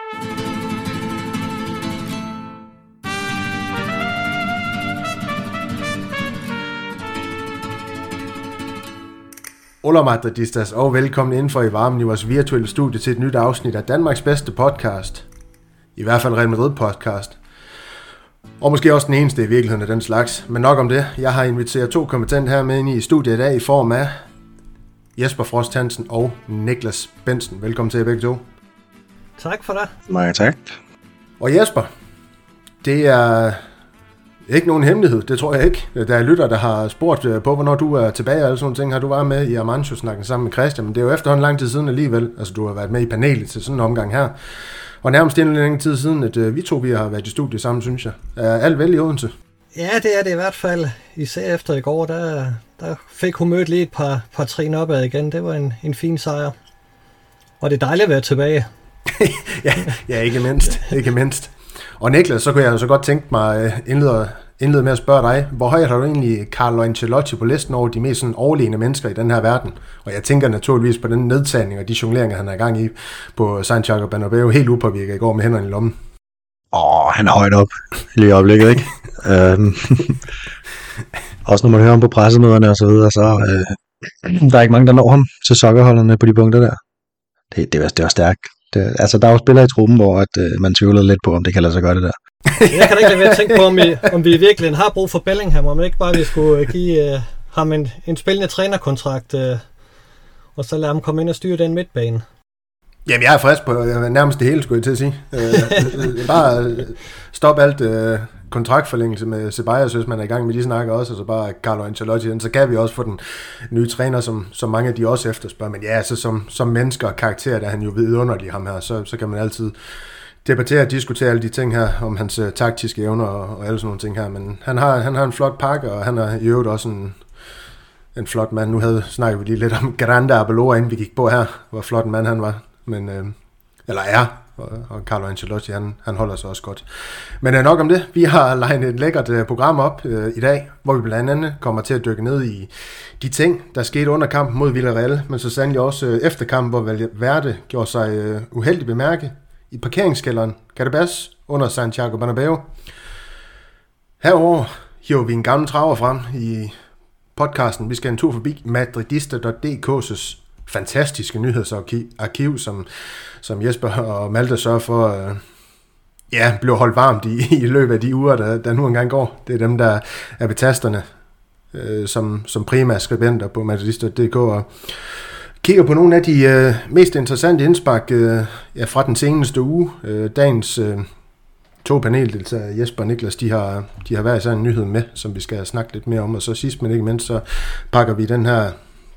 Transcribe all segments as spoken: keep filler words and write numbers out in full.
Hola Madridistas, og velkommen indenfor i varmen i vores virtuelle studie til et nyt afsnit af Danmarks bedste podcast. I hvert fald Real Madrid podcast. Og måske også den eneste i virkeligheden af den slags. Men nok om det. Jeg har inviteret to kompetente her med ind i studiet i dag i form af Jesper Frost Hansen og Niklas Bensen. Velkommen til jer begge to. Tak for det. Mange tak. Og Jesper, det er ikke nogen hemmelighed, det tror jeg ikke. Der er lytter, der har spurgt på, hvornår du er tilbage og alle sådan nogle ting. Har du været med i Amancio-snakken sammen med Christian? Men det er jo efterhånden lang tid siden alligevel. Altså, du har været med i panelet til sådan en omgang her. Og nærmest en længere tid siden, at øh, vi to vi har været i studiet sammen, synes jeg. Er alt vel i Odense? Ja, det er det i hvert fald. Især efter i går, der, der fik hun mødt lige et par, par trin opad igen. Det var en, en fin sejr. Og det er dejligt at være tilbage. ja, ja, ikke mindst. Ikke mindst. Og Niklas, så kunne jeg så godt tænke mig at indlede, indlede med at spørge dig, hvor højt har du egentlig Carlo Ancelotti på listen over de mest sådan overlegne mennesker i den her verden? Og jeg tænker naturligvis på den nedtagning og de jongleringer, han er i gang i på Santiago Bernabeu, helt upåvirket i går med hænderne i lommen. Åh, oh, han er højt op lige i øjeblikket, ikke? um, også når man hører ham på pressemøderne og så videre, så uh, der er ikke mange, der når ham til sokkerholderne på de punkter der. Det, det, var, det var stærkt. Det, altså, der er jo spillere i truppen, hvor at, uh, man tvivler lidt på, om det kan lade sig gøre det der. Jeg kan da ikke lade være at tænke på, om vi, om vi virkelig har brug for Bellingham, om ikke bare vi skulle give uh, ham en, en spillende trænerkontrakt, uh, og så lade ham komme ind og styre den midtbane. Jamen, jeg er frisk på nærmest det hele, skulle jeg til at sige. Uh, bare stop alt uh, kontraktforlængelse med Ceballos, hvis man er i gang med de snakker også, og så bare Carlo Ancelotti, så kan vi også få den nye træner, som, som mange af de også efterspørger. Men ja, altså som, som mennesker og karakter, der er han jo vidunderlig ham her, så, så kan man altid debattere og diskutere alle de ting her, om hans uh, taktiske evner og, og alle sådan nogle ting her. Men han har, han har en flot pakke, og han er i øvrigt også en, en flot mand. Nu havde snakket vi lige lidt om Grande Arbeloa, inden vi gik på her, hvor flot en mand han var. Men, øh, eller er, og, og Carlo Ancelotti, han, han holder sig også godt. Men øh, nok om det. Vi har legnet et lækkert øh, program op øh, i dag, hvor vi blandt andet kommer til at dykke ned i de ting, der skete under kampen mod Villarreal, men så sandelig også øh, efter kampen, hvor Valverde gjorde sig øh, uheldigt bemærke i parkeringskælderen Cadabas under Santiago Bernabeu. Herover hiver vi en gammel traver frem i podcasten. Vi skal en tur forbi madridista punktum d k's fantastiske nyhedsarkiv, som, som Jesper og Malte sørger for, øh, ja, bliver holdt varmt i, i løbet af de uger, der, der nu engang går. Det er dem, der er betasterne, øh, som, som primære skribenter på madridista punktum d k, og kigger på nogle af de øh, mest interessante indspark øh, ja, fra den seneste uge. Øh, dagens øh, to paneldeltagere, Jesper og Niklas, de har, de har hver sådan en nyhed med, som vi skal snakke lidt mere om, og så sidst men ikke mindst, så pakker vi den her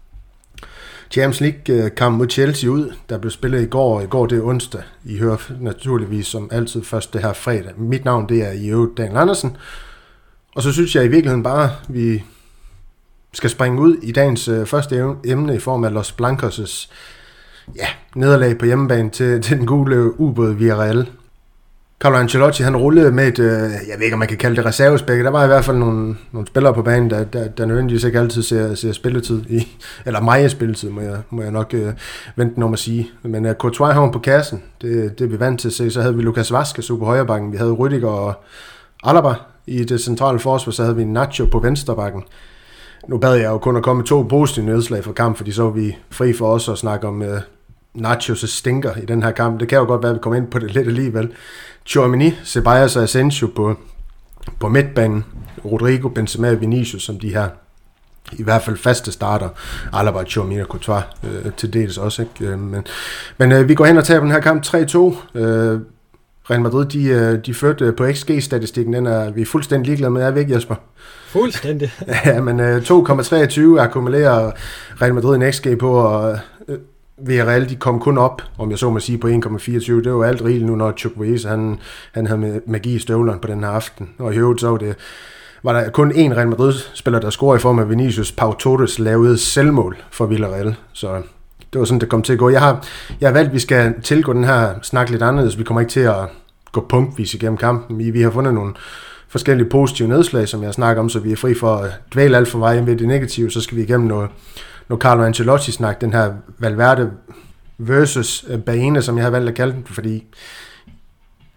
Champions League-kamp mod Chelsea ud, der blev spillet i går, og i går det er onsdag. I hører naturligvis som altid først det her fredag. Mit navn det er i øvrigt Daniel Andersen, og så synes jeg i virkeligheden bare, vi skal springe ud i dagens øh, første emne i form af Los Blancos' ja, nederlag på hjemmebane til, til den gule ubåd Villarreal. Carlo Ancelotti, han rullede med et, øh, jeg ved ikke om man kan kalde det reservespække, der var i hvert fald nogle, nogle spillere på banen, der, der, der nødvendigvis ikke altid ser, ser spilletid i, eller meget spilletid, må jeg, må jeg nok øh, vente den om at sige. Men uh, Courtois havn på kassen, det, det er vi vant til at se. Så havde vi Lucas Vazquez på højre bakken, vi havde Rüdiger og Alaba i det centrale forsvar, så havde vi Nacho på venstre bakken. Nu bad jeg jo kun at komme med to positive nedslag fra kamp, fordi så var vi fri for os at snakke om uh, Nachos stinker i den her kamp. Det kan jo godt være, at vi kommer ind på det lidt alligevel. Tchouaméni, Ceballos og Asensio på, på midtbanen. Rodrigo, Benzema og Vinicius som de her i hvert fald faste starter. Alaba, Tchouaméni og Courtois øh, til dels også. Ikke? Men, men øh, vi går hen og tager på den her kamp tre to. Øh, Real Madrid, de, de førte på X G-statistikken. Den er vi fuldstændig ligeglade med. Er vi ikke, Jesper? Fuldstændig. Ja, men øh, to komma treogtyve akkumulerer Real Madrid en X G på, og øh, Villarreal, de kom kun op, om jeg så må sige, på en komma fireogtyve. Det var alt rigeligt nu, når Chukwueze, han, han havde magi i støvlerne på den her aften. Og i øvrigt så var, det, var der kun én Real Madrid-spiller, der scorede i form af Vinicius. Pau Torres lavede selvmål for Villarreal. Så det var sådan, det kom til at gå. Jeg har, jeg har valgt, at vi skal tilgå den her snak lidt anderledes. Vi kommer ikke til at gå punktvis igennem kampen. Vi, vi har fundet nogle forskellige positive nedslag, som jeg snakker om, så vi er fri for at dvæle alt for meget ved det negative. Så skal vi igennem noget, noget Carlo Ancelotti-snak, den her Valverde versus Baena, som jeg har valgt at kalde den, fordi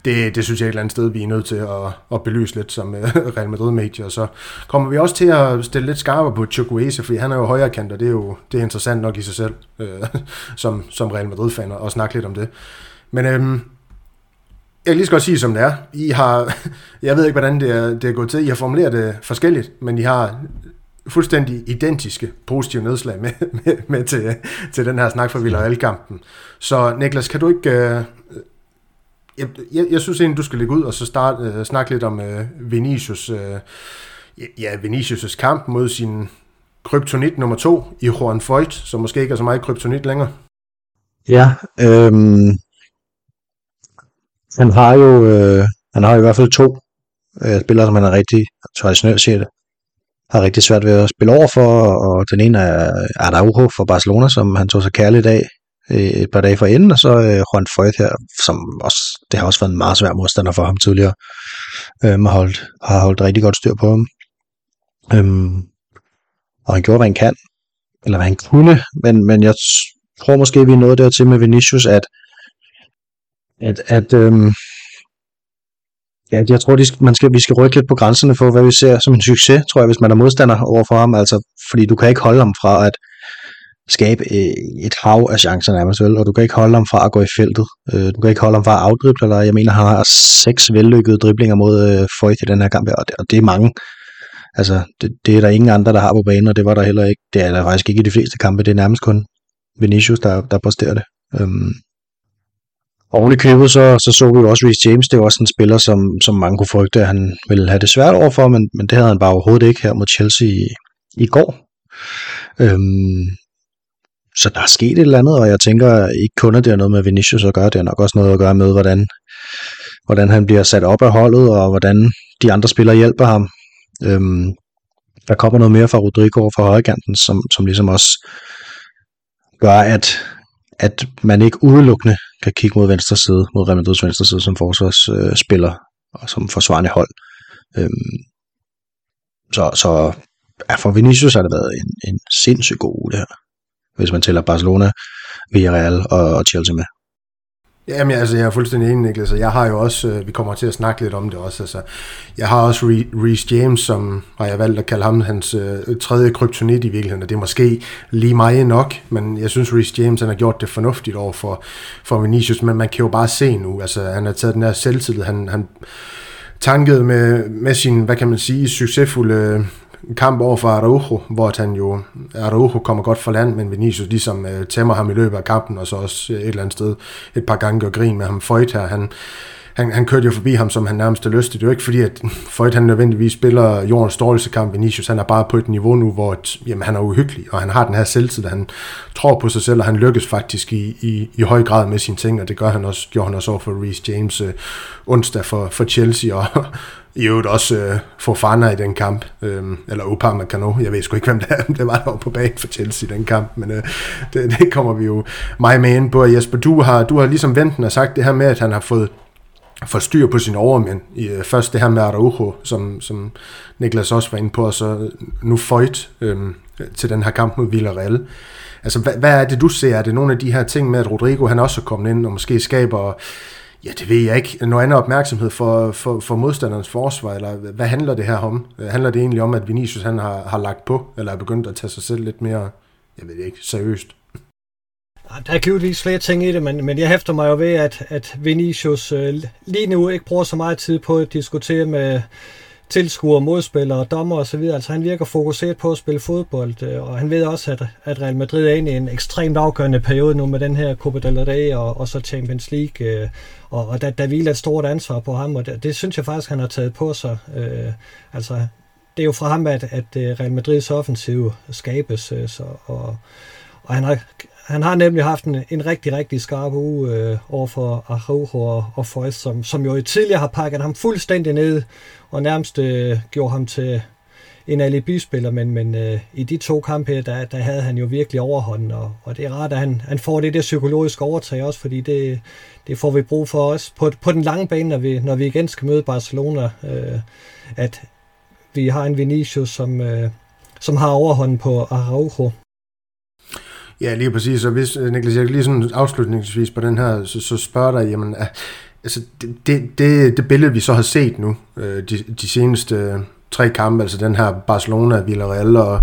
det, det synes jeg et eller andet sted, vi er nødt til at, at belyse lidt som Real Madrid-medie. Og så kommer vi også til at stille lidt skarpere på Chukwueze, fordi han er jo højrekant, og det er jo det er interessant nok i sig selv, øh, som, som Real Madrid-fan, at snakke lidt om det. Men øhm, jeg kan lige så godt sige, som det er. I har, jeg ved ikke, hvordan det er, det er gået til. I har formuleret det forskelligt, men I har fuldstændig identiske positive nedslag med, med, med til, til den her snak fra Villarreal-kampen. Så Niklas, kan du ikke... Øh, jeg, jeg, jeg synes egentlig, du skal lægge ud og så starte, øh, snakke lidt om øh, Vinicius, øh, ja, Vinicius' kamp mod sin kryptonit nummer to i Juan Foyth, som måske ikke er så meget kryptonit længere. Ja, øhm, han har jo øh, han har i hvert fald to øh, spillere, som han er rigtig traditionelt set har rigtig svært ved at spille over for, og den ene er Araujo for Barcelona, som han tog sig kærligt af et par dage forinden, og så øh, Juan Foyth her, som også, det har også været en meget svær modstander for ham tidligere, øhm, har, holdt, har holdt rigtig godt styr på ham. Øhm, og han gjorde, hvad han kan, eller hvad han kunne, men, men jeg tror måske, vi er nået dertil med Vinicius, at, at, at øhm, ja, jeg tror, de skal, man skal, vi skal rykke lidt på grænserne for, hvad vi ser som en succes, tror jeg, hvis man er modstander over for ham, altså, fordi du kan ikke holde ham fra at skabe et hav af chancer nærmest vel, og du kan ikke holde ham fra at gå i feltet. Du kan ikke holde ham fra at afdrible, eller jeg mener, han har seks vellykkede driblinger mod uh, Foyth i den her kamp, og det, og det er mange. Altså, det, det er der ingen andre, der har på banen, og det var der heller ikke. Det er der faktisk ikke i de fleste kampe, det er nærmest kun Vinicius, der, der præsterer det. Um, Oven i købet, så, så så vi jo også Reece James, det var også en spiller, som, som mange kunne frygte, at han ville have det svært overfor, men, men det havde han bare overhovedet ikke her mod Chelsea i, i går. Um, Så der er sket et eller andet, og jeg tænker ikke kun, at det har noget med Vinicius at gøre, det har nok også noget at gøre med, hvordan, hvordan han bliver sat op af holdet, og hvordan de andre spillere hjælper ham. Øhm, der kommer noget mere fra Rodrigo fra højrekanten, som, som ligesom også gør, at, at man ikke udelukkende kan kigge mod venstre side, mod Real Madrids venstre side som forsvarsspiller øh, og som forsvarende hold. Øhm, så så ja, for Vinicius har det været en, en sindssygt god uge, det her, hvis man tæller Barcelona, Villarreal og, og Chelsea med. Jamen, altså, jeg er fuldstændig enig, Niklas, og jeg har jo også, øh, vi kommer til at snakke lidt om det også, altså, jeg har også Reece James, som har jeg valgt at kalde ham hans øh, tredje kryptonit i virkeligheden, og det er måske lige meget nok, men jeg synes, Reece James, han har gjort det fornuftigt over for, for Vinicius, men man kan jo bare se nu, altså, han har taget den her selvtillid, han, han tankede med, med sin, hvad kan man sige, succesfulde kamp over for Araujo, hvor han jo, Araujo kommer godt for land, men Vinicius ligesom øh, tæmmer ham i løbet af kampen, og så også et eller andet sted et par gange gør grin med ham. Foyth her, han, han, han kørte jo forbi ham, som han nærmest er lyst til. Det er jo ikke fordi, at Foyth han nødvendigvis spiller jordens dårligste kamp. Vinicius, han er bare på et niveau nu, hvor et, jamen, han er uhyggelig, og han har den her selvtid, han tror på sig selv, og han lykkes faktisk i, i, i høj grad med sine ting, og det gør han også, gjorde han også over for Reece James øh, onsdag for, for Chelsea, og i øvrigt også øh, Fofana i den kamp, øh, eller Upamecano, jeg ved sgu ikke, hvem det er, det var der på banen for Chelsea i den kamp, men øh, det, det kommer vi jo meget med ind på. Jesper, du har, du har ligesom ventet og sagt det her med, at han har fået for styr på sine overmænd. I, øh, først det her med Araujo, som, som Niklas også var inde på, og så nu Foyth øh, til den her kamp mod Villarreal. Altså, hvad, hvad er det, du ser? Er det nogle af de her ting med, at Rodrigo han også er kommet ind og måske skaber... Ja, det ved jeg ikke. Noget andet opmærksomhed for, for, for modstanderens forsvar, eller hvad handler det her om? Handler det egentlig om, at Vinicius han har, har lagt på, eller er begyndt at tage sig selv lidt mere, jeg ved ikke, seriøst? Der er givetvis flere ting i det, men, men jeg hæfter mig jo ved, at, at Vinicius øh, lige nu ikke bruger så meget tid på at diskutere med tilskuere, modspillere, dommer og så videre. Altså han virker fokuseret på at spille fodbold, og han ved også, at, at Real Madrid er inde i en ekstremt afgørende periode nu med den her Copa del Rey og, og så Champions League, og, og der, der hviler et stort ansvar på ham, og det, det synes jeg faktisk, han har taget på sig. Øh, altså, det er jo fra ham, at, at Real Madrids offensiv skabes, så, og, og han har Han har nemlig haft en, en rigtig, rigtig skarp uge øh, over for Araujo og, og Foyth, som, som jo tidligere har pakket ham fuldstændig ned og nærmest øh, gjorde ham til en alibi-spiller, men, men øh, i de to kampe her, der, der havde han jo virkelig overhånden, og, og det er rart, at han, han får det der psykologiske overtag også, fordi det, det får vi brug for os på, på den lange bane, når vi, når vi igen skal møde Barcelona, øh, at vi har en Vinicius, som, øh, som har overhånden på Araujo. Ja, lige præcis. Og hvis, Niklas, jeg lige sådan afslutningsvis på den her, så, så spørger dig, jamen, altså det, det, det, det billede, vi så har set nu, øh, de, de seneste øh, tre kampe, altså den her Barcelona, Villarreal og,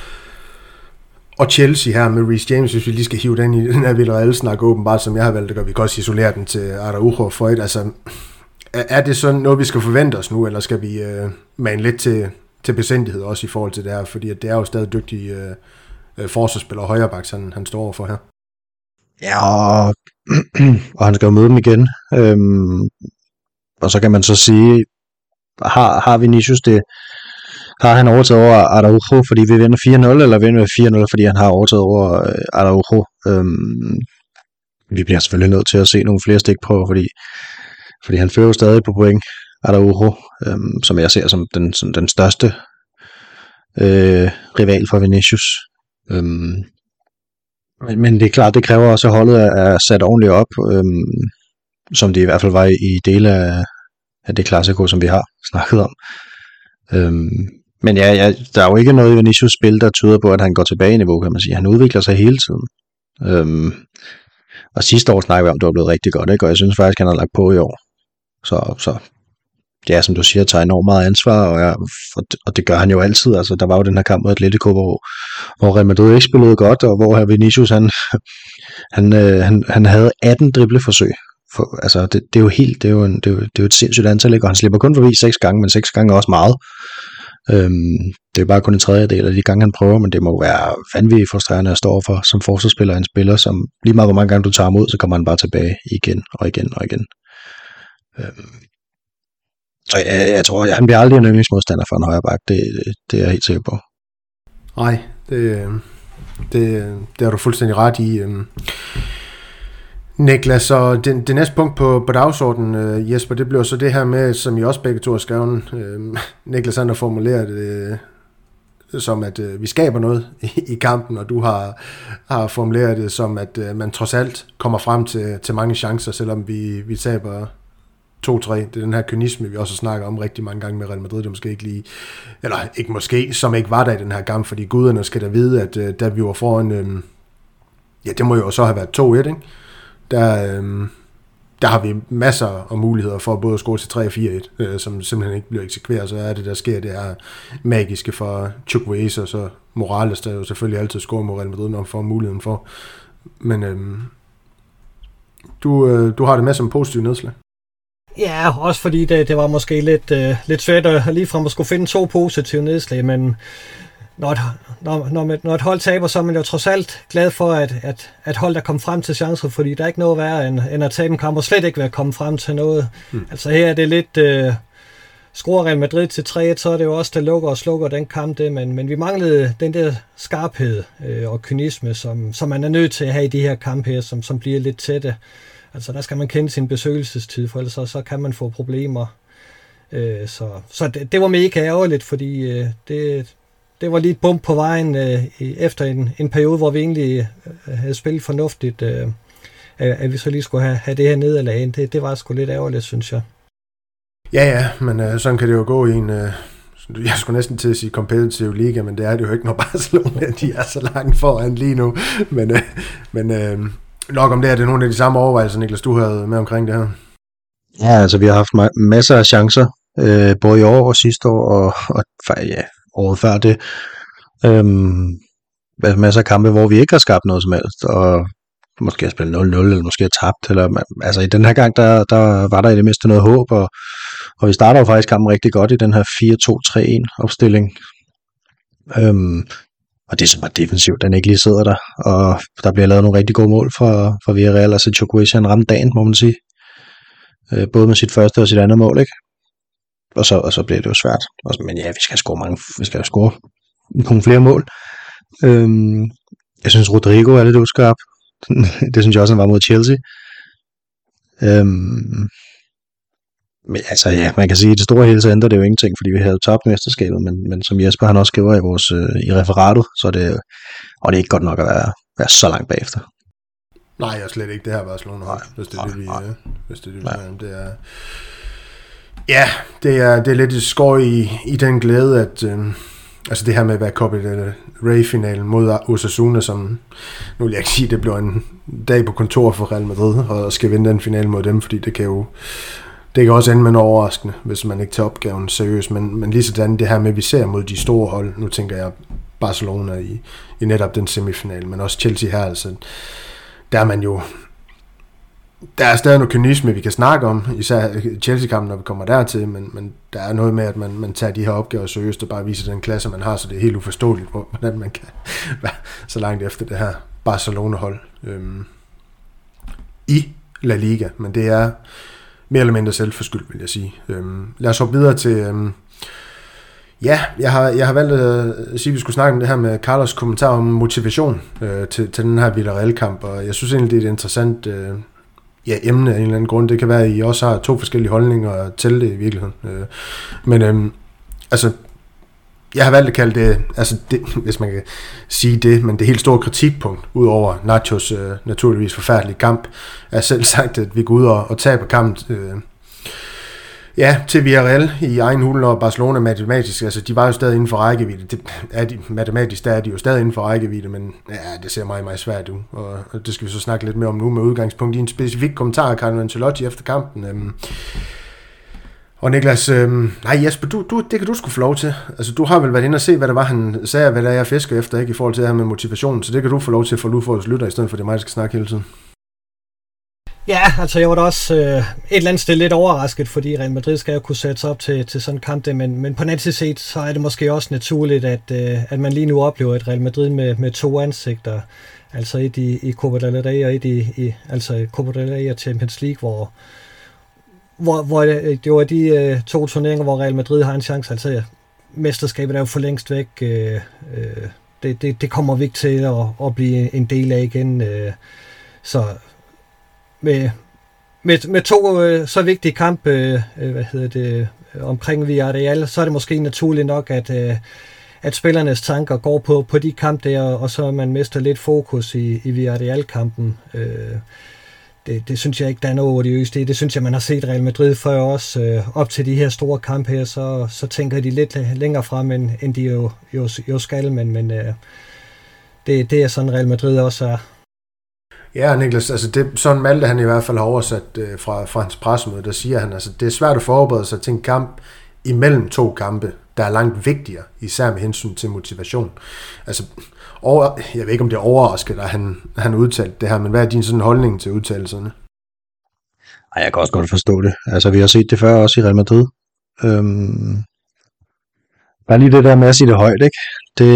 og Chelsea her med Reece James, hvis vi lige skal hive den i den her Villarreal-snak åbenbart, som jeg har valgt, og vi kan også isolere den til Araujo og Foyt. Altså, er, er det sådan noget, vi skal forvente os nu, eller skal vi øh, mane lidt til, til besindighed også i forhold til det her, fordi at det er jo stadig dygtige øh, øh, forsvarsspiller og højrebacks, han, han står overfor her. Ja, og, og han skal jo møde dem igen. Øhm, og så kan man så sige, har, har Vinicius det, har han overtaget over Araujo, fordi vi vinder fire nul, eller vinder vi fire nul, fordi han har overtaget over øh, Araujo? Øhm, vi bliver selvfølgelig nødt til at se nogle flere stikprøver, fordi, fordi han fører jo stadig på point, Araujo, øhm, som jeg ser som den, som den største øh, rival for Vinicius. Øhm, men, men det er klart, det kræver også, at holdet er sat ordentligt op, øhm, som det i hvert fald var i, i dele af, af det klassiko, som vi har snakket om. Øhm, men ja, ja, der er jo ikke noget i Vinicius spil, der tyder på, at han går tilbage i niveau, kan man sige. Han udvikler sig hele tiden. Øhm, og sidste år snakkede vi om, at det var blevet rigtig godt, ikke? Og jeg synes faktisk, han har lagt på i år. Så, så ja, som du siger, tager enormt meget ansvar, og, ja, og det gør han jo altid. Altså, der var jo den her kamp mod Atletico, hvor, hvor Real Madrid ikke spillede godt, og hvor her Vinicius, han, han, øh, han, han havde atten dribleforsøg. For, altså, det, det er jo helt, det er jo, en, det er jo, det er jo et sindssygt antal, ikke? Og han slipper kun forbi seks gange, men seks gange er også meget. Øhm, det er bare kun en tredjedel af de gange, han prøver, men det må være vanvittigt frustrerende at stå overfor som forsvarsspiller, en spiller, som lige meget hvor mange gange du tager ham ud, så kommer han bare tilbage igen og igen og igen. Øhm, så jeg, jeg tror, at han bliver aldrig en yndlingsmodstander for en højre bak, det, det er jeg helt sikker på. Nej, det, det, det er du fuldstændig ret i. Niklas, og det, det næste punkt på, på dagsordenen, uh, Jesper, det bliver så det her med, som I også begge to har skrevet. Uh, Niklas han har formuleret det uh, som, at uh, vi skaber noget i, i kampen, og du har, har formuleret det som, at uh, man trods alt kommer frem til, til mange chancer, selvom vi, vi taber to tre. Det er den her kynisme, vi også snakker om rigtig mange gange med Real Madrid, det måske ikke lige, eller ikke måske, som ikke var der i den her kamp, fordi guderne skal da vide, at uh, da vi var foran, uh, ja, det må jo så have været to et, ikke? Der, øhm, der har vi masser af muligheder for både at score til tre fire et, øh, som simpelthen ikke bliver eksekveret. Så er det, der sker, det er magiske for Chukwueze, og så Morales, der jo selvfølgelig altid scorer mod Real Madrid, når man får muligheden for. Men øhm, du, øh, du har det med som positivt nedslag. Ja, også fordi det, det var måske lidt, øh, lidt svært at ligefrem at skulle finde to positive nedslag, men Når et, når, når, når et hold taber, så er man jo trods alt glad for, at, at, at hold der kommer frem til chancer, fordi der er ikke noget værre, end, end at tabe en kamp, og slet ikke være kommet frem til noget. Mm. Altså her er det lidt, øh, skruer Real Madrid til tre et, så er det jo også, der lukker og slukker den kamp, det, men, men vi manglede den der skarphed øh, og kynisme, som, som man er nødt til at have i de her kampe her, som, som bliver lidt tætte. Altså der skal man kende sin besøgelsestid, for ellers så, så kan man få problemer. Øh, så så det, det var mega ærgerligt, fordi øh, det... Det var lige et bump på vejen øh, efter en, en periode, hvor vi egentlig øh, havde spillet fornuftigt, øh, at vi så lige skulle have, have det her nederlag. Det, det var sgu lidt ærgerligt, synes jeg. Ja, ja, men øh, sådan kan det jo gå i en, øh, jeg skulle næsten til at sige competitive liga, men det er det jo ikke, når Barcelona de er så langt foran lige nu. Men, øh, men øh, nok om det, er det nogle af de samme overvejelser, Niklas, du havde med omkring det her? Ja, altså vi har haft ma- masser af chancer, øh, både i år og sidste år, og, og ja, året før det. Øhm, masser af kampe, hvor vi ikke har skabt noget som helst, og måske har spillet nul nul, eller måske har tabt, eller, altså i den her gang, der, der var der i det mindste noget håb, og, og vi starter jo faktisk kampen rigtig godt i den her fire to tre en opstilling. Øhm, og det er så bare defensivt, den ikke lige sidder der, og der bliver lavet nogle rigtig gode mål for, for Villarreal, altså Chukwueze, han ramte dagen, må man sige. Øh, både med sit første og sit andet mål, ikke? Og så, og så bliver det jo svært. Men ja, vi skal score mange, vi skal score nogle flere mål. Øhm, jeg synes, Rodrigo er lidt udskarp. Det synes jeg også, han var mod Chelsea. Øhm, men altså ja, man kan sige, at det store hele så ændrer det jo ingenting, fordi vi havde tabt mesterskabet, men, men som Jesper han også skriver i, vores, øh, i referatet, så er det, og det er ikke godt nok at være, være så langt bagefter. Nej, jeg er slet ikke det her Barcelona, hvis det er det, vi er. Hvis det er det, vi er. Det er... Ja, det er, det er lidt et skår i, i den glæde, at, øh, altså det her med at være Copa del Rey-finalen mod Osasuna, som, nu vil jeg ikke sige, det bliver en dag på kontor for Real Madrid, og skal vinde den finale mod dem, fordi det kan jo, det kan også ende med noget overraskende, hvis man ikke tager opgaven seriøst, men, men lige sådan det her med, at vi ser mod de store hold, nu tænker jeg Barcelona i, i netop den semifinal, men også Chelsea her, altså, der er man jo, der er stadig noget kynisme, vi kan snakke om, især Chelsea-kampen, når vi kommer dertil, men, men der er noget med, at man, man tager de her opgaver seriøst og bare viser den klasse, man har, så det er helt uforståeligt, hvordan man kan være så langt efter det her Barcelona-hold øhm, i La Liga, men det er mere eller mindre selvforskyldt, vil jeg sige. Øhm, lad os hoppe videre til, øhm, ja, jeg har, jeg har valgt at sige, at vi skulle snakke om det her med Carlos kommentar om motivation øh, til, til den her Villarreal-kamp, og jeg synes egentlig, det er et interessant øh, ja, emne af en eller anden grund. Det kan være, at I også har to forskellige holdninger til det i virkeligheden. Øh, men øhm, altså, jeg har valgt at kalde det, altså det, hvis man kan sige det, men det helt store kritikpunkt, udover Nachos øh, naturligvis forfærdelige kamp, er selv sagt, at vi går ud og, og taber kampen øh, ja, til Villarreal i egen hule, og Barcelona matematisk, altså de var jo stadig inden for rækkevidde. Det er de, matematisk der er de jo stadig inden for rækkevidde, men ja, det ser meget, meget svært ud, og, og det skal vi så snakke lidt mere om nu med udgangspunkt i en specifik kommentar af Carlo Ancelotti efter kampen. Øhm, Og Niklas, øhm, nej Jesper, du, du, det kan du sgu få lov til. Altså, du har vel været inde og se, hvad det var, han sagde, hvad der er, jeg fisker efter, ikke i forhold til det her med motivation, så det kan du få lov til for Ludfords lytter, i stedet for det mig, der skal snakke hele tiden. Ja, altså jeg var da også øh, et eller andet sted lidt overrasket, fordi Real Madrid skal jo kunne sætte sig op til, til sådan en kamp, men, men på den anden side, så er det måske også naturligt, at, øh, at man lige nu oplever et Real Madrid med, med to ansigter, altså et i, i Copa del Rey og et i, i altså Copa del Rey og Champions League, hvor Hvor, hvor det var de øh, to turneringer, hvor Real Madrid har en chance. Altså, mesterskabet er jo for længst væk. Øh, øh, det, det, det kommer vi ikke til at, at blive en del af igen. Øh, så med, med, med to øh, så vigtige kampe øh, hvad hedder det, omkring Villarreal, så er det måske naturligt nok, at, øh, at spillernes tanker går på, på de kampe der, og så man mister lidt fokus i, i Villarreal-kampen. Øh, Det, det synes jeg ikke, der er noget odiøst i. Det synes jeg, man har set Real Madrid før også. Øh, op til de her store kampe her, så, så tænker de lidt længere frem, end, end de jo, jo, jo skal. Men, men øh, det, det er sådan, Real Madrid også er. Ja, Niklas, altså det, sådan Malte han i hvert fald har oversat øh, fra, fra hans pressemøde, der siger han, altså det er svært at forberede sig til en kamp imellem to kampe, der er langt vigtigere, især med hensyn til motivation. Altså, over, jeg ved ikke, om det er overrasket, at han, han udtalte det her, men hvad er din sådan holdning til udtalelserne? Ej, jeg kan også godt forstå det. Altså, vi har set det før også i Real Madrid. Øhm, bare lige det der med at sige det højt, ikke? Det,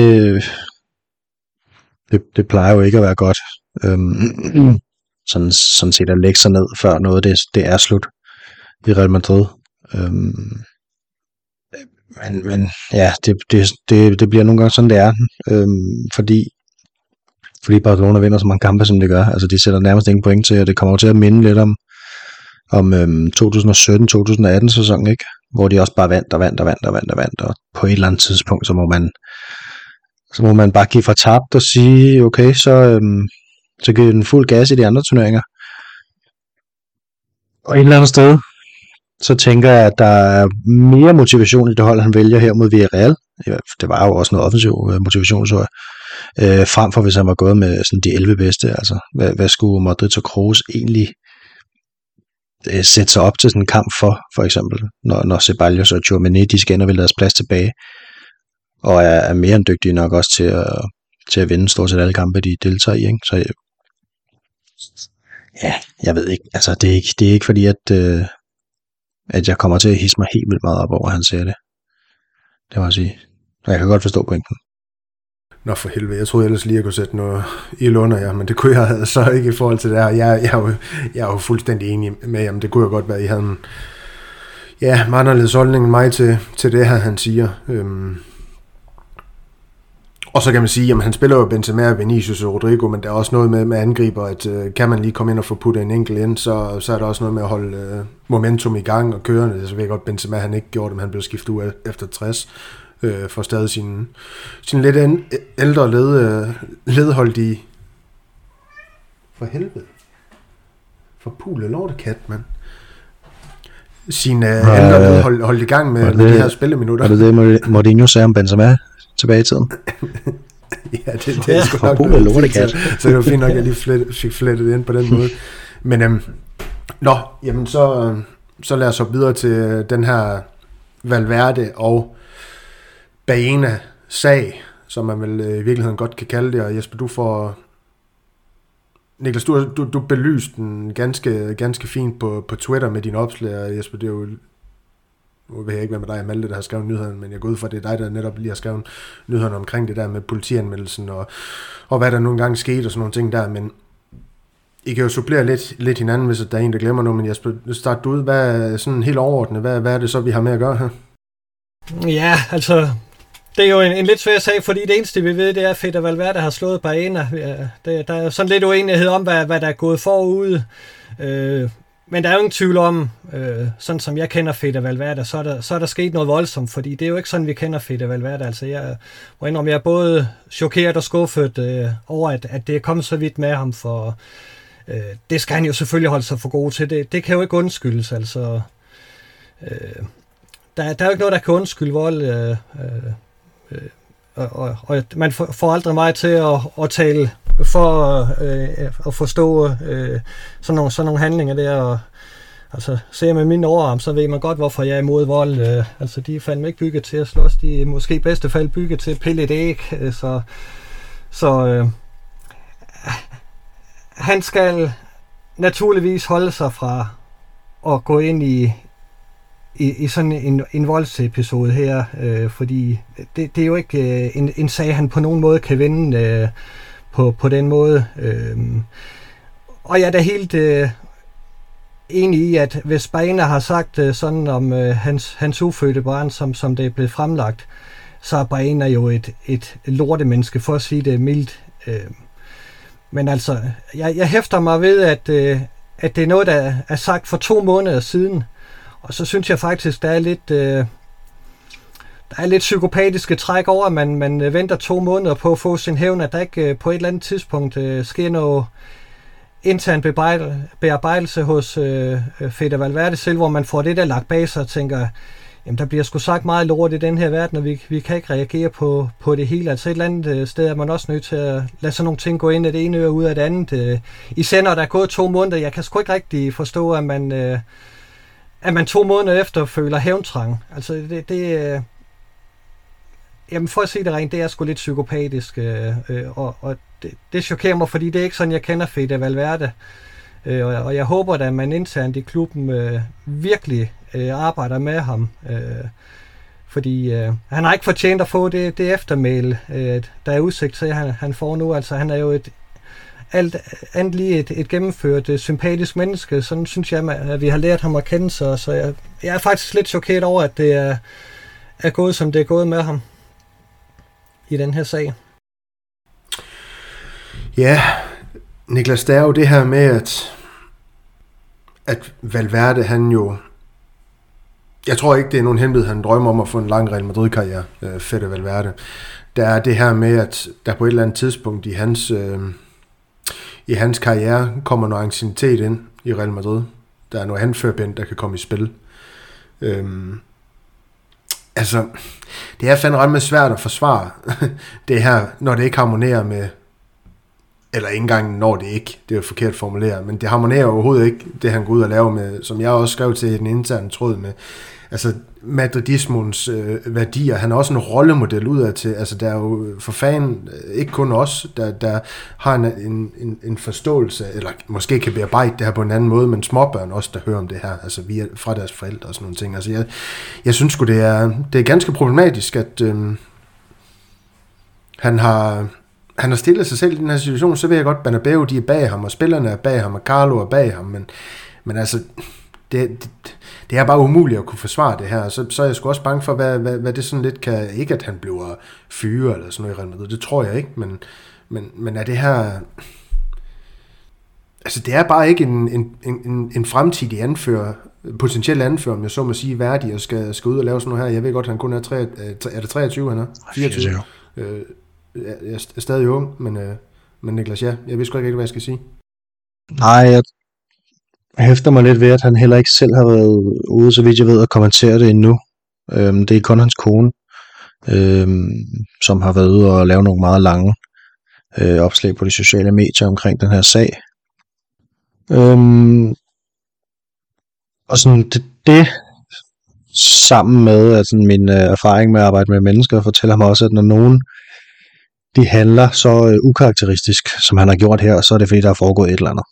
det, det plejer jo ikke at være godt. Øhm, sådan, sådan set at lægge sig ned, før noget det, det er slut i Real Madrid. Øhm, men, men ja, det, det, det, det bliver nogle gange sådan, det er. Øhm, fordi fordi Barcelona vinder så mange kampe, som det gør. Altså, de sætter nærmest ingen point til, og det kommer til at minde lidt om om øhm, to tusind og sytten to tusind og atten sæson, ikke? Hvor de også bare vandt og vandt og vandt og vandt og vandt, og på et eller andet tidspunkt, så må man så må man bare give for tabt og sige, okay, så, øhm, så giver den fuld gas i de andre turneringer. Og et eller andet sted, så tænker jeg, at der er mere motivation i det hold, han vælger her mod Villarreal. Det var jo også noget offensiv motivation, så jeg. Øh, frem for hvis han var gået med sådan de elleve bedste. Altså, hvad, hvad skulle Modric og Kroos egentlig øh, sætte sig op til sådan en kamp for, for eksempel, når, når Ceballos og Tchouaméni, de skal vil deres plads tilbage, og er, er mere end dygtige nok også til at, til at vinde stort set alle kampe, de deltager i, ikke? Så ja, jeg ved ikke, altså det er ikke, det er ikke fordi, at, øh, at jeg kommer til at hisse mig helt vildt meget op over, at han siger det. Det må jeg sige. Og jeg kan godt forstå pointen. Nå for helvede, jeg troede ellers lige, at jeg kunne sætte noget ild under jer, men det kunne jeg så ikke i forhold til det her. Jeg, jeg, er, jo, jeg er jo fuldstændig enig med jer, men det kunne jo godt være, at I havde en ja, meget anderledes holdning end mig til, til det her, han siger. Øhm. Og så kan man sige, at han spiller jo Benzema, Vinicius og Rodrigo, men der er også noget med, med angriber, at øh, kan man lige komme ind og få puttet en enkelt ind, så, så er der også noget med at holde øh, momentum i gang og kørende. Så ved jeg godt, Benzema han ikke gjorde det, men han blev skiftet ud efter tres. Øh, for stadig sin, sin lidt ældre led, øh, ledholdige for helvede for pule lortekat, mand. Sin øh, ældre led holdt, holdt i gang med, det, med de her spilleminutter. Var det det, Mourinho sagde om Benzema tilbage i tiden. Ja, det, det er ja. sgu nok noget lortekat. så det var fint nok, at jeg lige flet, fik flettet ind på den måde. Men øhm, nå, jamen så, så lad os hoppe videre til den her Valverde og Baena-sag, som man vel i virkeligheden godt kan kalde det, og Jesper, du får... Niklas, du, du, du belyste den ganske, ganske fint på, på Twitter med dine opslag, og Jesper, det er jo... Nu ved jeg ikke, hvad med dig og Malte, der har skrevet nyheden, men jeg går ud fra, det er dig, der netop lige har skrevet nyheden omkring det der med politianmeldelsen, og, og hvad der nogle gange skete, og sådan nogle ting der, men I kan jo supplere lidt, lidt hinanden, hvis der er en, der glemmer noget, men Jesper, start ud, hvad er sådan helt overordnet, hvad, hvad er det så, vi har med at gøre her? Ja, altså, det er jo en, en lidt svær sag, fordi det eneste, vi ved, det er, at Fede Valverde har slået Baena. Der er sådan lidt uenighed om, hvad, hvad der er gået forud. Øh, men der er jo ingen tvivl om, øh, sådan som jeg kender Fede Valverde, så er, der, så er der sket noget voldsomt, fordi det er jo ikke sådan, vi kender Fede Valverde. Altså, jeg må indrømme, jeg er både chokeret og skuffet øh, over, at, at det er kommet så vidt med ham, for øh, det skal han jo selvfølgelig holde sig for god til. Det, det kan jo ikke undskyldes, altså... Øh, der, der er jo ikke noget, der kan undskylde vold, øh, øh, øh, og, og, og man får aldrig mig til at, at tale for øh, at forstå øh, sådan, nogle, sådan nogle handlinger der. Og, altså, ser jeg med mine overarm, så ved man godt, hvorfor jeg er imod vold. Øh, altså, de er fandme ikke bygget til at slås. De er måske i bedste fald bygget til at pille et æg. Øh, så så øh, han skal naturligvis holde sig fra at gå ind i I, i sådan en, en voldsepisode her, øh, fordi det, det er jo ikke øh, en, en sag, han på nogen måde kan vinde øh, på, på den måde. Øh, og jeg er da helt øh, enig i, at hvis Baena har sagt øh, sådan om øh, hans, hans ufødte barn, som, som det er blevet fremlagt, så er Baena jo et, et lortemenneske, for at sige det mildt. Øh, men altså, jeg, jeg hæfter mig ved, at, øh, at det er noget, der er sagt for to måneder siden. Og så synes jeg faktisk, der er lidt, øh, der er lidt psykopatiske træk over, at man, man venter to måneder på at få sin hævn, at der ikke øh, på et eller andet tidspunkt øh, sker noget intern bearbejdelse hos øh, Fede Valverde selv, hvor man får det der lagt bag sig og tænker, jamen der bliver sgu sagt meget lort i den her verden, og vi, vi kan ikke reagere på, på det hele. Altså et eller andet sted er man også nødt til at lade sådan nogle ting gå ind af det ene øre ud af det andet. Især når der er gået to måneder, jeg kan sgu ikke rigtig forstå, at man... Øh, at man to måneder efter føler hævntrang. Altså det, det øh, jamen for at sige det rent, det er sgu lidt psykopatisk, øh, øh, og, og det, det chokerer mig, fordi det er ikke sådan, jeg kender Fede Valverde, øh, og, og jeg håber da, at man internt i klubben øh, virkelig øh, arbejder med ham, øh, fordi øh, han har ikke fortjent at få det, det eftermæl, øh, der er udsigt til, at han, han får nu. Altså han er jo et alt andet lige et, et gennemført et sympatisk menneske. Sådan synes jeg, at vi har lært ham at kende sig. Så jeg, jeg er faktisk lidt chokeret over, at det er, er gået, som det er gået med ham i den her sag. Ja, Niklas, det er jo det her med, at, at Valverde, han jo... Jeg tror ikke, det er nogen hemmelighed, han drømmer om at få en lang Real Madrid-karriere, øh, Fede Valverde. Der er det her med, at der på et eller andet tidspunkt i hans... Øh, I hans karriere kommer noget anciennitet ind i Real Madrid. Der er noget anførbind, der kan komme i spil. Øhm, altså, det er fandme ret svært at forsvare det her, når det ikke harmonerer med, eller ikke engang når det ikke, det er jo forkert formuleret, men det harmonerer overhovedet ikke, det han går ud og laver med, som jeg også skrev til i den interne tråd med, altså madridismons øh, værdier. Han er også en rollemodel udad til, altså der er jo for fanden, ikke kun os, der, der har en, en, en forståelse, eller måske kan bearbejde det her på en anden måde, men småbørn også, der hører om det her, altså via, fra deres forældre og sådan nogle ting. Altså jeg, jeg synes sgu, det er, det er ganske problematisk, at øh, han har... Han har stillet sig selv i den her situation, så ved jeg godt, Bernabeu, de er bag ham, og spillerne er bag ham, og Carlo er bag ham, men, men altså, det, det, det er bare umuligt at kunne forsvare det her, så, så er jeg sgu også bange for, hvad, hvad, hvad det sådan lidt kan, ikke at han bliver fyre eller sådan noget i Real Madrid, det tror jeg ikke, men, men, men er det her, altså det er bare ikke en, en, en, en fremtidig anfører, potentiel anfører, om jeg så må sige, værdig, og skal, skal ud og lave sådan noget her. Jeg ved godt, han kun er, tre, er det treogtyve, han er? fireogtyve. Øh, Jeg er stadig ung, men, øh, men Niklas, ja, jeg ved sgu ikke, hvad jeg skal sige. Nej, jeg hæfter mig lidt ved, at han heller ikke selv har været ude, så vidt jeg ved, at kommentere det endnu. Øhm, det er kun hans kone, øh, som har været ude og lave nogle meget lange øh, opslag på de sociale medier omkring den her sag. Øh, og sådan det, det sammen med at sådan min øh, erfaring med at arbejde med mennesker fortæller mig også, at når nogen de handler så øh, ukarakteristisk, som han har gjort her, så er det fordi, der er foregået et eller andet.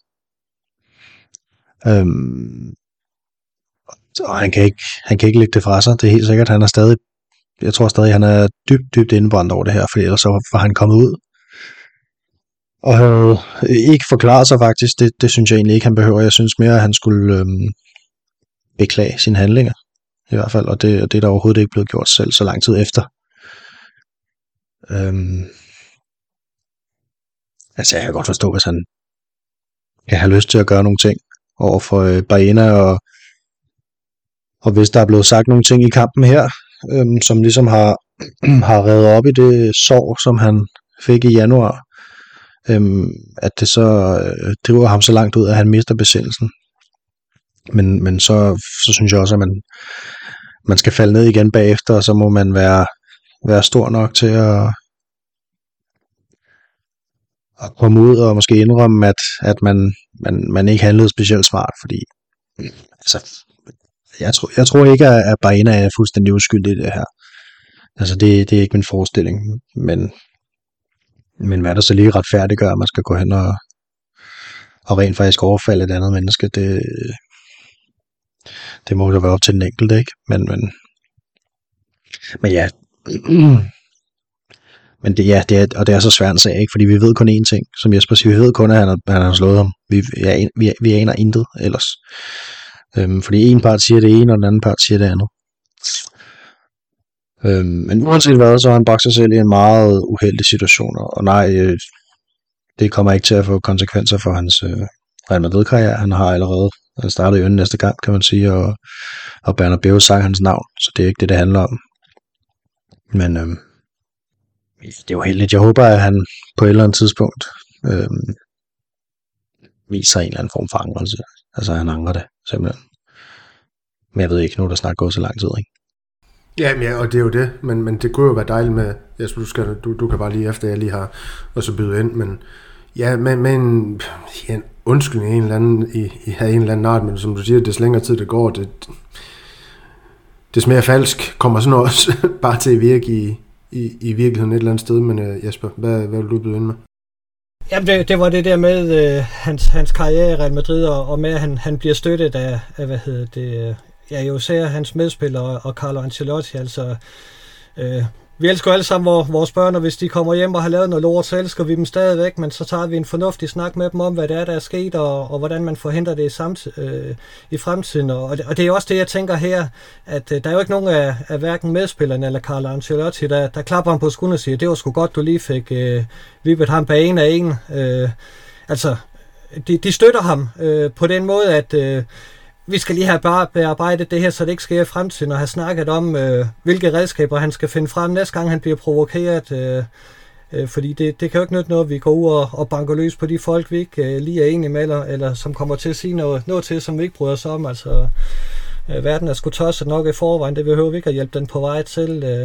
Øhm, og han kan, ikke, han kan ikke lægge det fra sig. Det er helt sikkert, han er stadig, jeg tror stadig, han er dybt, dybt indbrændt over det her, for ellers så var han kommet ud. Og havde ikke forklaret sig faktisk, det, det synes jeg egentlig ikke, han behøver. Jeg synes mere, at han skulle øhm, beklage sine handlinger, i hvert fald, og det, det er der overhovedet ikke blevet gjort selv så lang tid efter. Øhm, altså, jeg kan godt forstå, hvis han kan have lyst til at gøre nogle ting over for øh, Baena, og, og hvis der er blevet sagt nogle ting i kampen her, øhm, som ligesom har, har revet op i det sår, som han fik i januar, øhm, at det så øh, driver ham så langt ud, at han mister besindelsen. Men, men så, så synes jeg også, at man, man skal falde ned igen bagefter, og så må man være, være stor nok til at, at komme ud og måske indrømme, at, at man, man, man ikke handlede specielt smart, fordi altså, jeg, tror, jeg tror ikke, at Baena er fuldstændig uskyldig i det her. Altså, det, det er ikke min forestilling, men, men hvad der så lige retfærdiggør, at man skal gå hen og, og rent faktisk overfalde et andet menneske, det, det må jo være op til den enkelte, ikke? Men, men, men ja, men det, ja, det er, og det er så svært at sige, ikke? Fordi vi ved kun én ting, som Jesper siger, vi ved kun, at han har, han har slået ham. Vi, ja, vi, vi aner intet ellers. Øhm, fordi en part siger det ene, og den anden part siger det andet. Øhm, men uanset hvad, så har han bragt sig selv i en meget uheldig situation, og nej, øh, det kommer ikke til at få konsekvenser for hans øh, Real Madrid-karriere. Han har allerede han startet i ønden næste gang, kan man sige, og, og Bernabeu sang hans navn, så det er ikke det, det handler om. Men øhm, det er jo heldigt. Jeg håber, at han på et eller andet tidspunkt øhm, viser en eller anden form for angrelse. Altså, han angrer det, simpelthen. Men jeg ved ikke, nu er der snart gået så lang tid, ikke? Ja, ja, og det er jo det, men, men det kunne jo være dejligt med, Jesper, du, skal, du, du kan bare lige efter, jeg lige har også byde ind, men ja, med, med en, ja, en undskyldning en eller anden, i, i en eller anden art, men som du siger, des længere tid det går, det, det smager falsk, kommer sådan noget også bare til at virke i, i, i virkeligheden et eller andet sted, men uh, Jesper, hvad, hvad vil du byde ind med? Jamen, det, det var det der med øh, hans, hans karriere i Real Madrid, og, og med, at han, han bliver støttet af, af hvad hedder det, ja, jo især hans medspillere og Carlo Ancelotti, altså, øh, vi elsker alle sammen vores børn, og hvis de kommer hjem og har lavet noget lort, så elsker vi dem stadigvæk, men så tager vi en fornuftig snak med dem om, hvad det er, der er sket, og, og hvordan man forhindrer det i, samt, øh, i fremtiden, og det, og det er også det, jeg tænker her, at øh, der er jo ikke nogen af, af hverken medspillerne eller Carlo Ancelotti, der, der klapper ham på skulderen og siger, det var sgu godt, du lige fik øh, vippet ham bag en af en. Øh, altså, de, de støtter ham øh, på den måde, at øh, vi skal lige have bare bearbejdet det her, så det ikke sker i fremtiden, og have snakket om, øh, hvilke redskaber han skal finde frem næste gang, han bliver provokeret. Øh, øh, fordi det, det kan jo ikke nytte noget, at vi går ud og, og banker løs på de folk, vi ikke øh, lige er enige med, eller, eller som kommer til at sige noget, noget til, som vi ikke bryder os om. Altså, øh, verden er sgu tosset nok i forvejen, det behøver vi ikke at hjælpe den på vej til. Øh.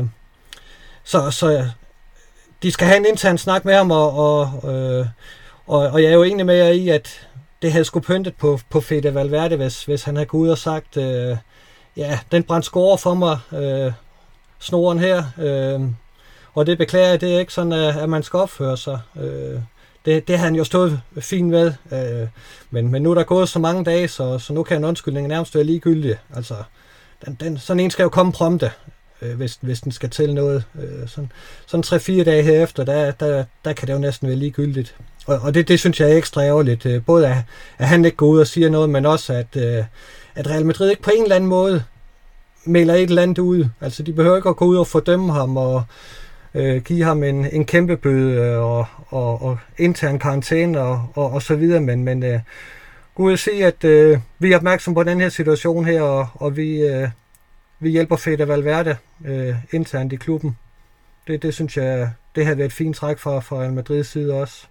Så, så de skal have en intern snak med ham, og, og, øh, og, og jeg er jo enig med jer i, at det havde sgu pyntet på, på Fede Valverde, hvis, hvis han havde gået ud og sagt, øh, ja, den brændte score for mig, øh, snoren her, øh, og det beklager jeg, det er ikke sådan, at man skal opføre sig. Øh, det, det har han jo stået fint med, øh, men, men nu er der gået så mange dage, så, så nu kan en undskyldning nærmest være ligegyldig. Altså, den, den, sådan en skal jo komme prompte, øh, hvis, hvis den skal til noget. Øh, sådan sådan tre-fire dage herefter, der, der, der kan det jo næsten være ligegyldigt. Og, og det, det synes jeg er ekstra ærgerligt. Både at, at han ikke går ud og siger noget, men også at, at Real Madrid ikke på en eller anden måde melder et eller andet ud. Altså de behøver ikke at gå ud og fordømme ham og øh, give ham en, en kæmpe bøde og, og, og intern karantæne og, og, og så videre. Men, men øh, gå ud og se, at øh, vi er opmærksom på den her situation her, og, og vi, øh, vi hjælper Fede Valverde øh, internt i klubben. Det, det synes jeg, det har været et fint træk fra, fra Real Madrids side også.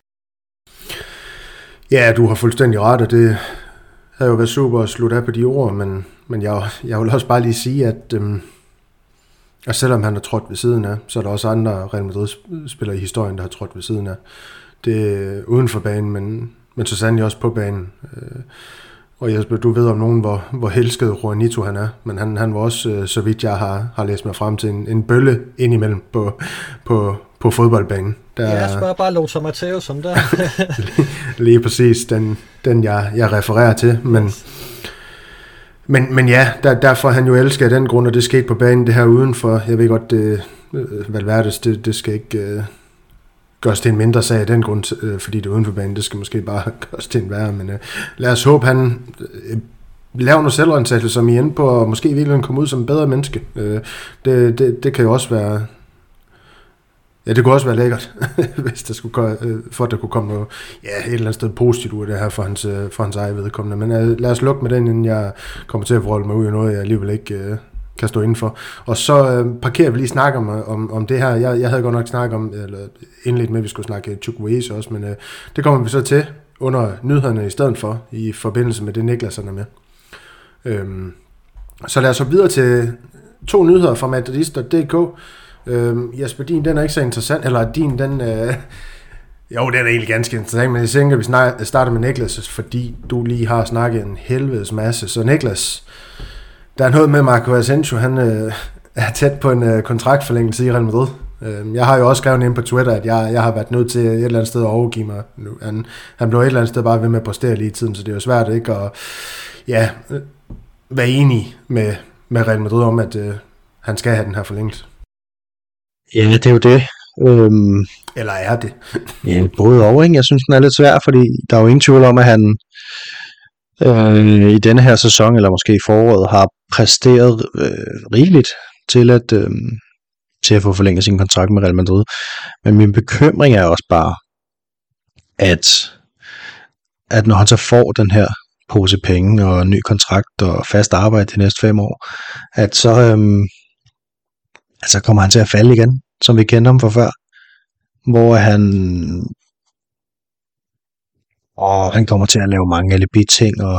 Ja, du har fuldstændig ret, og det havde jo været super at slutte af på de ord, men, men jeg, jeg vil også bare lige sige, at, øhm, Og selvom han har trådt ved siden af, så er der også andre Real Madrid-spillere i historien, der har trådt ved siden af. Det er uden for banen, men, men så sandelig også på banen. Og Jesper, du ved om nogen, hvor, hvor helsket Juanito han er, men han, han var også, så vidt jeg har, har læst mig frem til, en, en bølle indimellem på, på, på fodboldbanen. Der, ja, jeg spørger bare Lothar Matthäus som der. lige, lige præcis, den, den jeg, jeg refererer til, men... Men, men ja, der, derfor han jo elsker af den grund, og det skete på banen, det her udenfor. Jeg ved godt, det, Valverdes, det, det skal ikke uh, gøres til en mindre sag af den grund, uh, fordi det er uden for banen, det skal måske bare gøres til en værre. Men uh, lad os håbe, han uh, laver noget selvrensættelse, som I er inde på, og måske i virkeligheden komme ud som en bedre menneske. Uh, det, det, det kan jo også være... Ja, det kunne også være lækkert, hvis der skulle, for at der kunne komme noget, ja, et eller andet sted positivt ud af det her for hans, for hans eget vedkommende. Men uh, lad os lukke med den, inden jeg kommer til at forholde mig ud i noget, jeg alligevel ikke uh, kan stå indenfor. Og så uh, parkerer vi lige snakke om, om, om det her. Jeg, jeg havde godt nok snakket om, eller indledt med, at vi skulle snakke Chukwueze også, men uh, det kommer vi så til under nyhederne i stedet for, i forbindelse med det Niklas er med. Um, så lad os så videre til to nyheder fra Madridista punktum d k. Øhm, Jesper, din den er ikke så interessant, eller din den, øh, jo den er egentlig ganske interessant, men jeg tænker, at vi snak, starter med Niklas, fordi du lige har snakket en helvedes masse. Så Niklas, der er noget med Marco Asensio, han øh, er tæt på en øh, kontraktforlængelse i Real Madrid. Øh, jeg har jo også skrevet ind på Twitter, at jeg, jeg har været nødt til et eller andet sted at overgive mig. Han, han blev et eller andet sted bare ved med at postere lige i tiden, så det er jo svært ikke at ja, være enig med, med Real Madrid om, at øh, han skal have den her forlængelse. Ja, det er jo det. Øhm, Eller er det? ja, både over, ikke? Jeg synes, den er lidt svær, fordi der er jo ingen tvivl om, at han øh, i denne her sæson, eller måske i foråret, har præsteret øh, rigeligt til at, øh, til at få forlænget sin kontrakt med Real Madrid. Men min bekymring er også bare, at, at når han så får den her pose penge og ny kontrakt og fast arbejde de næste fem år, at så... Øh, altså kommer han til at falde igen, som vi kendte ham fra før, hvor han og han kommer til at lave mange alibi-ting, og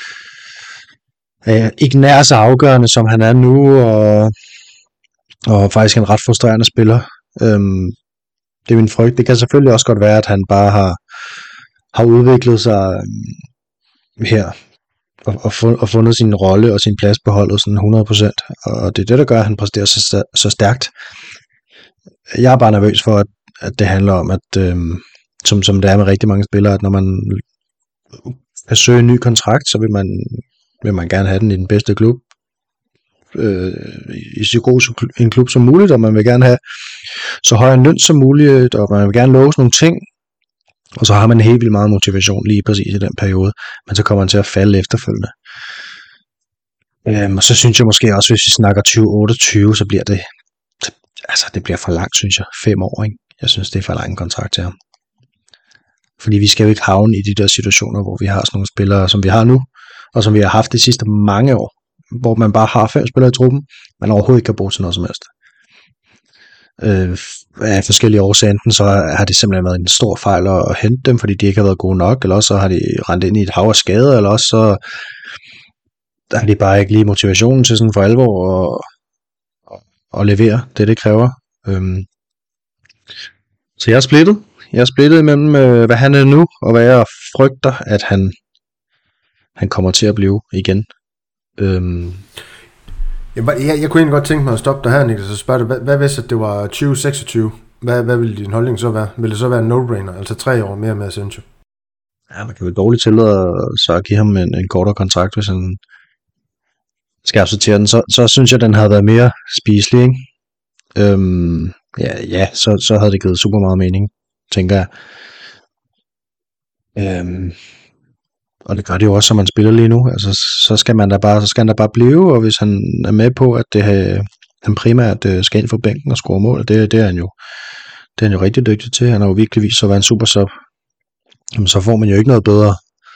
øh, ikke nær så afgørende, som han er nu, og, og faktisk en ret frustrerende spiller. Øhm, det er min frygt. Det kan selvfølgelig også godt være, at han bare har, har udviklet sig øh, her, og, og, og fundet sin rolle og sin plads på holdet sådan hundrede procent, og det er det, der gør, at han præsterer så, så stærkt. Jeg er bare nervøs for, at, at det handler om, at øhm, som, som det er med rigtig mange spillere, at når man kan søge en ny kontrakt, så vil man, vil man gerne have den i den bedste klub, øh, i så god en klub som muligt, og man vil gerne have så høj en løn som muligt, og man vil gerne love nogle ting, og så har man helt vildt meget motivation lige præcis i den periode, men så kommer man til at falde efterfølgende. Øhm, og så synes jeg måske også, hvis vi snakker tyve otteogtyve, så bliver det, altså det bliver for langt, synes jeg, fem år, ikke? Jeg synes, det er for lang en kontrakt til ham. Fordi vi skal jo ikke havne i de der situationer, hvor vi har sådan nogle spillere, som vi har nu, og som vi har haft de sidste mange år, hvor man bare har fem spillere i truppen, man overhovedet ikke kan bruge til noget som helst. Øh, af forskellige årsager, enten så har det simpelthen været en stor fejl at hente dem, fordi de ikke har været gode nok, eller også så har de rendt ind i et hav af skader, eller også så har de bare ikke lige motivationen til sådan for alvor at, at, at levere det, det kræver. Øhm. Så jeg er splittet. Jeg er splittet mellem, hvad han er nu, og hvad jeg frygter, at han, han kommer til at blive igen. Øhm. Jeg, jeg, jeg kunne egentlig godt tænke mig at stoppe dig her, Niklas, og spørge dig, hvad, hvad hvis det var tyve seksogtyve? Hvad, hvad ville din holdning så være? Ville det så være en no-brainer, altså tre år mere med Asensio? Ja, man kan vel dårligt tillade så at give ham en, en kortere kontrakt, hvis han skal acceptere den. Så, så synes jeg, den havde været mere spiselig, ikke? Øhm, ja, ja så, så havde det givet super meget mening, tænker jeg. Øhm, og det gør det jo også, som man spiller lige nu. Altså, så skal man da bare, så skal han da bare blive, og hvis han er med på, at det, han primært skal ind for bænken og score mål, det, det er han jo, det er han jo rigtig dygtig til. Han har jo virkelig vist at være en super sub. Jamen, så får man jo ikke noget bedre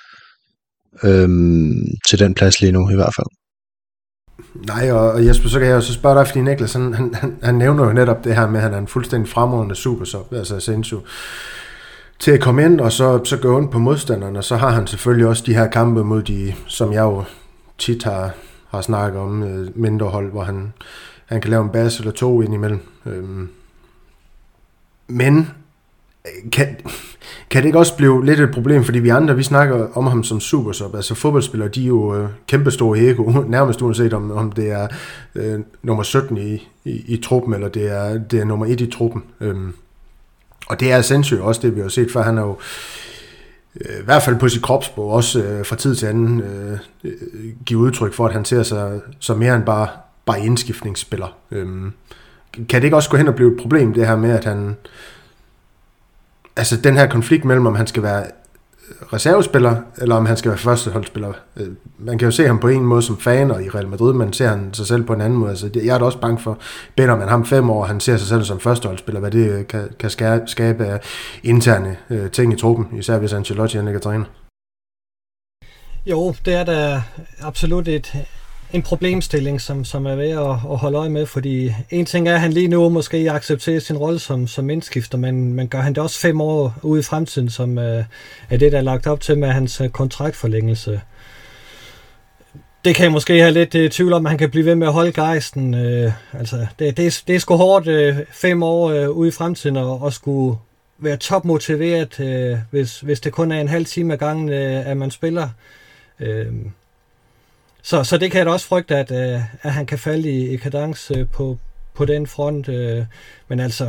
øhm, til den plads lige nu, i hvert fald. Nej, og, og Jesper, så kan jeg jo så spørge dig, fordi Niklas, han, han, han, han nævner jo netop det her med, at han er en fuldstændig fremragende super sub, altså Asensio, til at komme ind, og så, så gå ondt på modstanderne, og så har han selvfølgelig også de her kampe mod de, som jeg jo tit har, har snakket om, mindre hold, hvor han han kan lave en bas eller to ind imellem. Øhm, men kan, kan det ikke også blive lidt et problem, fordi vi andre, vi snakker om ham som supersub, altså fodboldspillere, de er jo øh, kæmpestore ego, nærmest uanset om, om det er øh, nummer sytten i, i, i truppen, eller det er, det er nummer et i truppen. Øhm, og det er Asensio også, det vi har set før, han er jo øh, i hvert fald på sit kropsprog, også øh, fra tid til anden, øh, øh, give udtryk for, at han ser sig som mere end bare, bare indskiftningsspiller. Øhm, kan det ikke også gå hen og blive et problem, det her med, at han altså den her konflikt mellem, om han skal være reservespiller, eller om han skal være førsteholdsspiller. Man kan jo se ham på en måde som fan, og i Real Madrid, man ser han sig selv på en anden måde. Altså, jeg er da også bange for, bedre man ham fem år, han ser sig selv som førsteholdsspiller, hvad det kan, kan skabe af interne øh, ting i truppen, især hvis Ancelotti han ikke er træner. Jo, det er da absolut et en problemstilling, som, som er ved at, at holde øje med, fordi en ting er, at han lige nu måske accepterer sin rolle som, som indskifter, men, men gør han det også fem år ude i fremtiden, som uh, er det, der er lagt op til med hans uh, kontraktforlængelse. Det kan jeg måske have lidt uh, tvivl om, at han kan blive ved med at holde gejsten. Uh, altså, det, det, er, det er sgu hårdt uh, fem år uh, ude i fremtiden og, og skulle være topmotiveret, uh, hvis, hvis det kun er en halv time ad gangen, uh, at man spiller. Uh, Så, så det kan jeg da også frygte, at, øh, at han kan falde i, i kadence øh, på, på den front. Øh, men altså,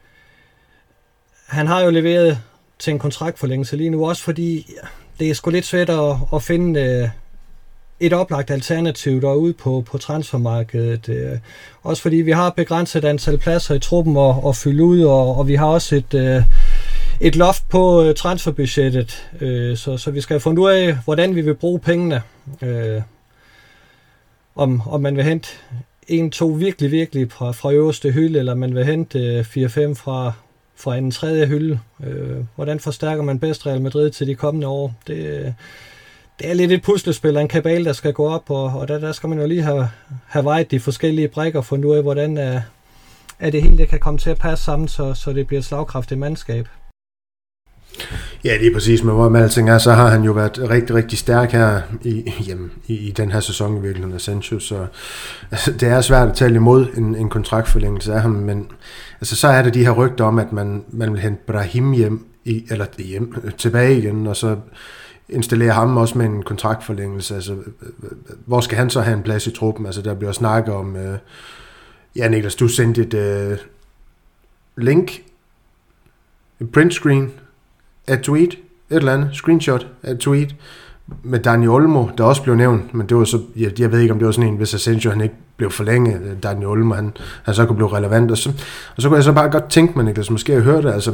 han har jo leveret til en kontraktforlængelse lige nu, også fordi det er sgu lidt svært at, at finde øh, et oplagt alternativ derude på, på transfermarkedet. Øh, også fordi vi har begrænset antal pladser i truppen at, at fylde ud, og, og vi har også et, øh, et loft på øh, transferbudgettet. Øh, så, så vi skal have fundet ud af, hvordan vi vil bruge pengene. Øh, Om, om man vil hente en, to virkelig, virkelig fra, fra øverste hylde, eller man vil hente øh, fire fem fra, fra en tredje hylde. Øh, hvordan forstærker man bedst Real Madrid til de kommende år? Det, det er lidt et puslespil og en kabal, der skal gå op, og, og der, der skal man jo lige have, have vejet de forskellige brikker, og fundet ud af, hvordan er, er det hele det kan komme til at passe sammen, så, så det bliver et slagkraftigt mandskab. Ja, det er præcis, men hvor med alting er, så har han jo været rigtig, rigtig stærk her i, jamen, i, i den her sæson i virkeligheden af Sancho, så altså, det er svært at tale imod en, en kontraktforlængelse af ham, men altså, så er der de her rygter om, at man, man vil hente Brahim hjem, i, eller hjem, tilbage igen, og så installere ham også med en kontraktforlængelse. Altså, hvor skal han så have en plads i truppen? Altså, der bliver snakket om, øh, ja Niklas, du sendte et øh, link, en print screen, et tweet, et eller andet, screenshot af et tweet med Dani Olmo, der også blev nævnt, men det var så, jeg, jeg ved ikke, om det var sådan en, hvis Asensio han ikke blev forlænget, Dani Olmo, han, han så kunne blive relevant, og så, og så kunne jeg så bare godt tænke mig, Niklas, måske jeg hørte det, altså,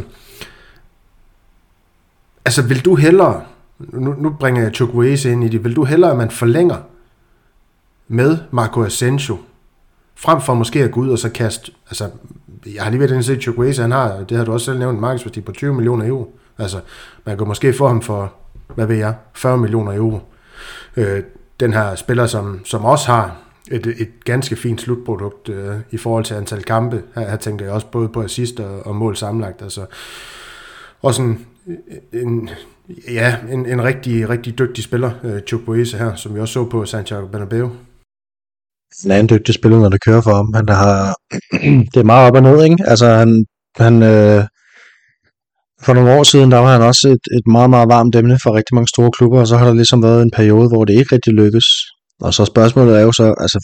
altså vil du hellere, nu, nu bringer jeg Chukwueze ind i det, vil du hellere, at man forlænger med Marco Asensio, frem for måske at gå ud og så kaste, altså, jeg har lige ved at se, Chukwueze, han har, det har du også selv nævnt, en markedsværdi på tyve millioner euro. Altså, man kan måske få ham for, hvad ved jeg, fyrre millioner euro. Øh, den her spiller, som, som også har et, et ganske fint slutprodukt øh, i forhold til antal kampe. Her, her tænker jeg også både på assist og, og mål sammenlagt. Altså, også en, en, ja, en, en rigtig, rigtig dygtig spiller, øh, Chukwueze her, som vi også så på Santiago Bernabeu. Han er en dygtig spiller, når det kører for ham. Han har, det er meget op og ned, ikke? Altså, han... han øh For nogle år siden, der var han også et, et meget, meget varmt emne for rigtig mange store klubber, og så har der ligesom været en periode, hvor det ikke rigtig lykkes. Og så spørgsmålet er jo så, altså,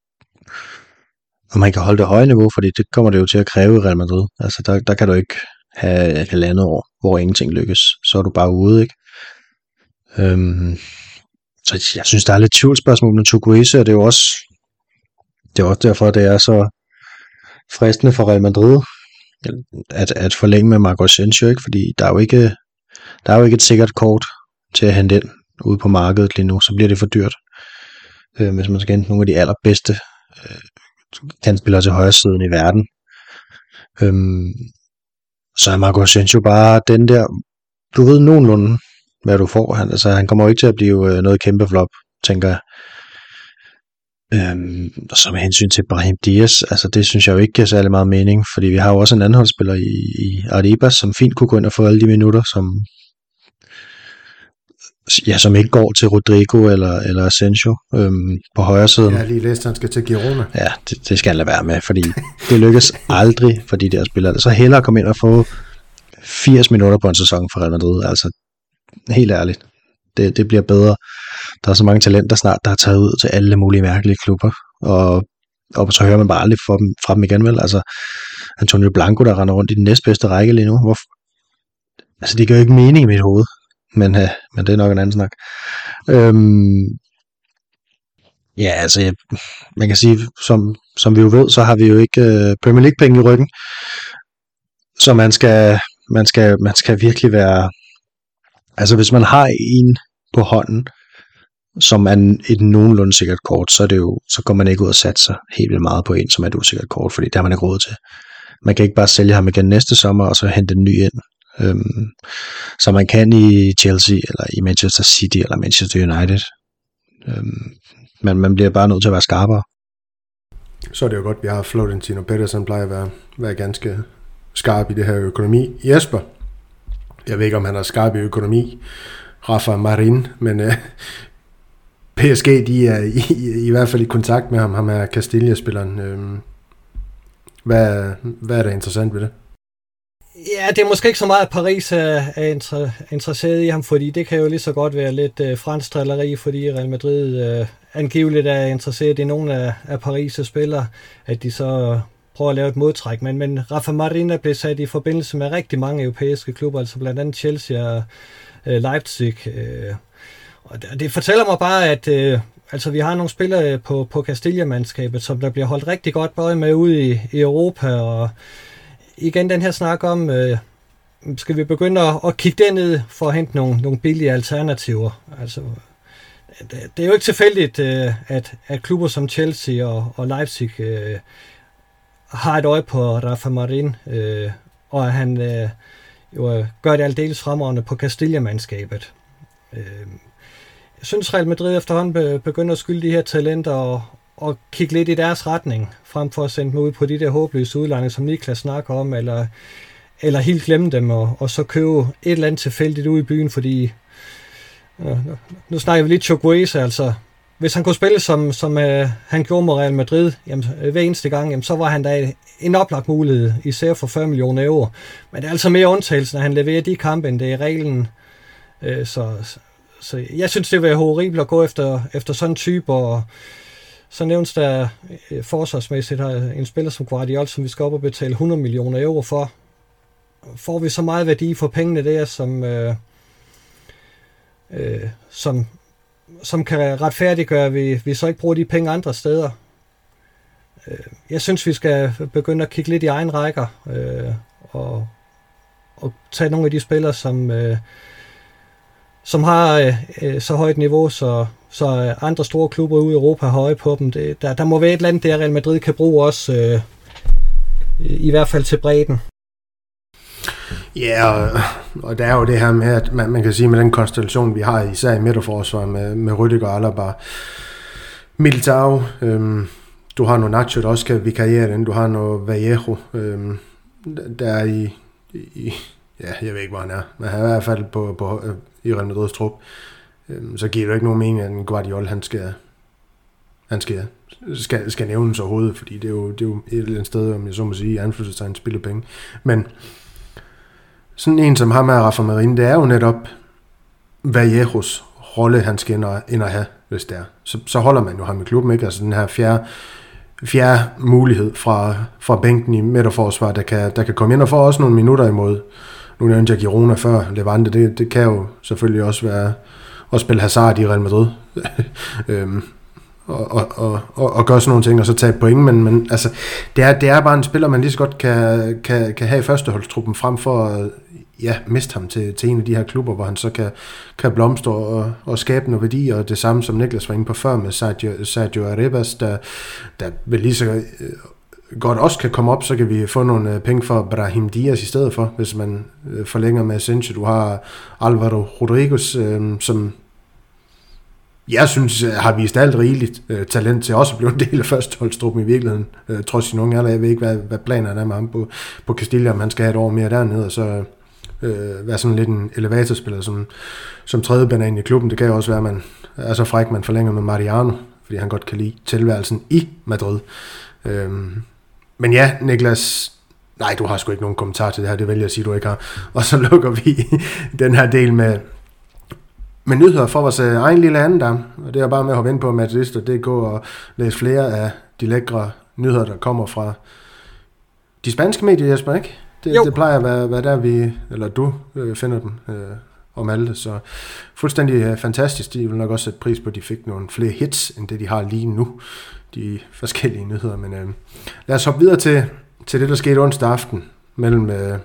om man kan holde det høje niveau, fordi det kommer det jo til at kræve i Real Madrid. Altså, der, der kan du ikke have et halvandet år, hvor ingenting lykkes. Så er du bare ude, ikke? Øhm, så jeg synes, der er lidt tvivlsspørgsmål med Chukwueze, og det er jo også, det er også derfor, det er så fristende for Real Madrid, At, at forlænge med Marco Asensio, ikke? Fordi der er, jo ikke, der er jo ikke et sikkert kort til at hente ind ude på markedet lige nu, så bliver det for dyrt. Øh, hvis man skal hente nogle af de allerbedste øh, kantspillere til højre siden i verden. Øhm, så er Marco Asensio bare den der, du ved nogenlunde, hvad du får. Han, altså, han kommer jo ikke til at blive øh, noget kæmpe flop, tænker jeg. Øhm, og så med hensyn til Brahim Diaz, altså det synes jeg jo ikke giver særlig meget mening, fordi vi har jo også en anden holdspiller i, i Arribas, som fint kunne gå ind og få alle de minutter, som ja, som ikke går til Rodrigo eller, eller Asensio øhm, på højre siden. Jeg har lige læst, at han skal til Girona. Ja, det, det skal han lade være med, fordi det lykkes aldrig for de der spillere. Så hellere komme ind og få firs minutter på en sæson for Real Madrid. Altså, helt ærligt. Det, det bliver bedre. Der er så mange talenter snart, der har taget ud til alle mulige mærkelige klubber. Og, og så hører man bare aldrig fra dem, fra dem igen, vel? Altså, Antonio Blanco, der render rundt i den næstbedste række lige nu. Hvorfor? Altså, det gør jo ikke mening i mit hoved. Men, øh, men det er nok en anden snak. Øhm, ja, altså, jeg, man kan sige, som, som vi jo ved, så har vi jo ikke øh, Premier League-penge i ryggen. Så man skal, man skal, man skal virkelig være... Altså, hvis man har en på hånden, som er et nogenlunde sikkert kort, så, er det jo, så går man ikke ud og satser helt vildt meget på en, som er et usikkert kort, fordi det har man ikke råd til. Man kan ikke bare sælge ham igen næste sommer, og så hente en ny ind. Øhm, som man kan i Chelsea, eller i Manchester City, eller Manchester United. Øhm, men man bliver bare nødt til at være skarpere. Så er det jo godt, vi har Florentino Perez, han plejer at være, være ganske skarp i det her økonomi. Jesper, jeg ved ikke, om han er skarp i økonomi, Rafa Marin, men øh, P S G, de er i, i, i hvert fald i kontakt med ham, ham er Castilla-spilleren. Øh, hvad, hvad er der interessant ved det? Ja, det er måske ikke så meget, at Paris er, er inter, interesseret i ham, fordi det kan jo lige så godt være lidt øh, fransk drilleri, fordi Real Madrid øh, angiveligt er interesseret i nogle af, af Paris' spillere, at de så prøver at lave et modtræk. Men, men Rafa Marin er blevet sat i forbindelse med rigtig mange europæiske klubber, altså blandt andet Chelsea og øh, Leipzig. Øh, og det, det fortæller mig bare, at øh, altså, vi har nogle spillere på, på Castilla-mandskabet, som der bliver holdt rigtig godt bøje med ude i, i Europa, og igen den her snak om, øh, skal vi begynde at, at kigge derned for at hente nogle, nogle billige alternativer. Altså, det, det er jo ikke tilfældigt, øh, at, at klubber som Chelsea og, og Leipzig øh, har et øje på Rafa Marin, øh, og at han øh, jo gør det aldeles fremragende på Castilla-mandskabet. Øh, jeg synes, Real Madrid efterhånden begynder at skylde de her talenter og og kigge lidt i deres retning, frem for at sende dem ud på de der håbløse udlejninger, som Niklas snakker om, eller, eller helt glemme dem, og, og så købe et eller andet tilfældigt ud i byen, fordi øh, nu snakker vi lidt Chukwueze, altså hvis han kunne spille som, som øh, han gjorde med Real Madrid, jamen, hver eneste gang, jamen, så var han da en oplagt mulighed, især for fyrre millioner euro, men det er altså mere undtagelsen, at han leverer de kampe, end det er reglen, øh, så, så jeg synes, det vil være horribelt at gå efter, efter sådan en type, og så nævnes der øh, forsvarsmæssigt en spiller som Guardiola, som vi skal op og betale hundrede millioner euro for. Får vi så meget værdi for pengene der, som, øh, øh, som, som kan retfærdiggøre, at vi, vi så ikke bruger de penge andre steder. Øh, jeg synes, vi skal begynde at kigge lidt i egen rækker, øh, og, og tage nogle af de spillere, som, øh, som har øh, så højt niveau, så så andre store klubber ude i Europa har høje på dem. Det, der, der må være et eller andet, der Real Madrid kan bruge også, øh, i hvert fald til bredden. Ja, og, og der er jo det her med, at man, man kan sige, med den konstellation, vi har især i midterforsvaret med, med Rüdiger, Alaba, Militao, øhm, du har noget Nacho, der også kan vikariere den, du har noget Vallejo, øhm, der er i, i, ja, jeg ved ikke, hvor han er, men han er i hvert fald på, på, øh, i Real Madrids trup. Så giver det jo ikke nogen mening, at en Guardiola, han skal, han skal, skal, skal nævnes overhovedet, fordi det er, jo, det er jo et eller andet sted, om jeg så må sige, anførselstegn spiller penge. Men sådan en som ham her, Rafa Marin, det er jo netop Vallejos rolle, han skal ind og, ind og have, hvis det er. Så, så holder man jo ham i klubben, ikke? Altså den her fjerde, fjerde mulighed fra, fra bænken i midterforsvar, der kan, der kan komme ind og få også nogle minutter imod. Nu nævnte jeg Girona før, Levante, det, det kan jo selvfølgelig også være at spille Hazard i Real Madrid, øhm, og, og, og, og, og gøre sådan nogle ting, og så tage point, men, men altså, det er, det er bare en spiller, man lige så godt kan, kan, kan have i førsteholdstruppen, frem for at ja, miste ham til, til en af de her klubber, hvor han så kan, kan blomstre og, og skabe noget værdi, og det samme som Niklas var inde på før med Sergio, Sergio Arribas, der, der vil lige så øh, godt også kan komme op, så kan vi få nogle penge for Brahim Diaz i stedet for, hvis man øh, forlænger med Asensio. Du har Alvaro Rodriguez, øh, som jeg synes har vist alt rigeligt øh, talent til også at blive en del af førsteholdstruppen i virkeligheden, øh, trods sin unge alder. Jeg ved ikke, hvad, hvad planerne er med ham på, på Castilla, om han skal have et år mere dernede, og så øh, være sådan lidt en elevatorspiller som, som tredje banan i klubben. Det kan også være, at man er så fræk, man forlænger med Mariano, fordi han godt kan lide tilværelsen i Madrid. Øhm, men ja, Niklas, nej, du har sgu ikke nogen kommentar til det her, det vælger jeg at sige, du ikke har. Og så lukker vi den her del med, med nyheder for vores egen lille andendam, og det er bare med at hoppe ind på madridista punktum d k og læse flere af de lækre nyheder, der kommer fra de spanske medier, Jesper, ikke? Det, det plejer at være, være der, vi, eller du øh, finder dem øh, om alt, så fuldstændig øh, fantastisk. De vil nok også sætte pris på, at de fik nogle flere hits, end det de har lige nu, de forskellige nyheder. Men øh, lad os hoppe videre til, til det, der skete onsdag aften mellem øh,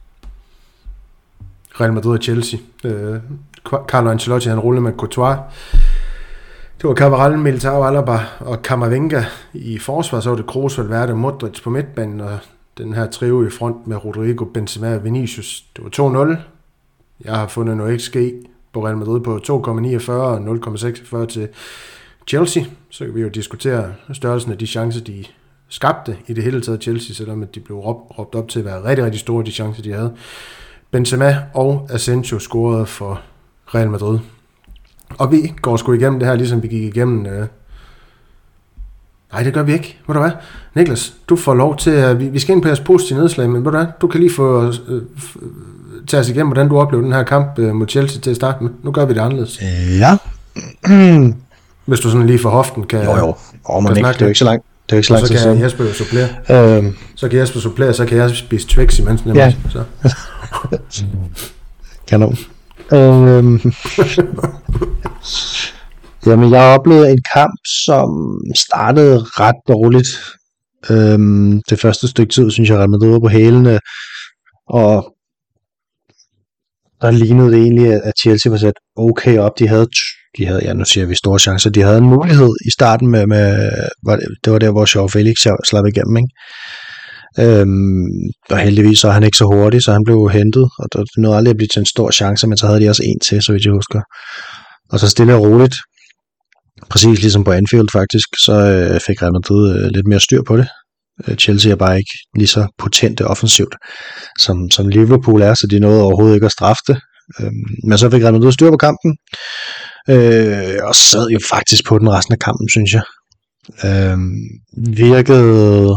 Real Madrid og Chelsea. Øh, Carlo Ancelotti, han rullede med Courtois. Det var Cabral, Militao, Alaba og Camavinga i forsvar, så var det Kroos, Valverde, Modric på midtbanen, og den her trio i front med Rodrigo, Benzema og Vinicius. Det var to nul. Jeg har fundet noget X G på Real Madrid på to komma niogfyrre og nul komma seksogfyrre til Chelsea. Så kan vi jo diskutere størrelsen af de chancer, de skabte i det hele taget Chelsea, selvom de blev råbt op til at være rigtig, rigtig store, de chancer, de havde. Benzema og Asensio scorede for Real Madrid. Og vi går sgu igennem det her, ligesom vi gik igennem... Øh... Nej, det gør vi ikke. Ved du hvad? Niklas, du får lov til at... Vi skal ind på jeres positive nedslag, men ved du hvad? Du kan lige få... Øh, tage os igennem, hvordan du oplevede den her kamp øh, mod Chelsea til at starte med. Nu gør vi det anderledes. Ja. Hvis du sådan lige for hoften kan... Jo, jo. Åh, man ikke. Det er jo ikke så langt. Det er ikke så langt så kan Jesper jo supplere. Øhm. Så kan Jesper supplere, så kan jeg spise Twix imens. Nemlig. Ja. Så. Kanon. Øhm. Jamen, jeg oplevede en kamp, som startede ret dårligt. Øhm, det første stykke tid, synes jeg, Real Madrid var på hælene, og der lignede det egentlig, at Chelsea var sat okay op. De havde, de havde, ja, nu siger vi store chancer, de havde en mulighed i starten med, med det var der, hvor Joao Felix slap igennem, ikke? Øhm, og heldigvis så er han ikke så hurtig, så han blev hentet, og det nåede aldrig at blive til en stor chance, men så havde de også en til, så vidt jeg husker. Og så stille og roligt, præcis ligesom på Anfield faktisk, så øh, fik Real Madrid øh, lidt mere styr på det. Øh, Chelsea er bare ikke lige så potente offensivt, som, som Liverpool er, så de nåede overhovedet ikke at straffe det. Øh, men så fik Real Madrid styr på kampen, øh, og sad jo faktisk på den resten af kampen, synes jeg. Øh, virkede...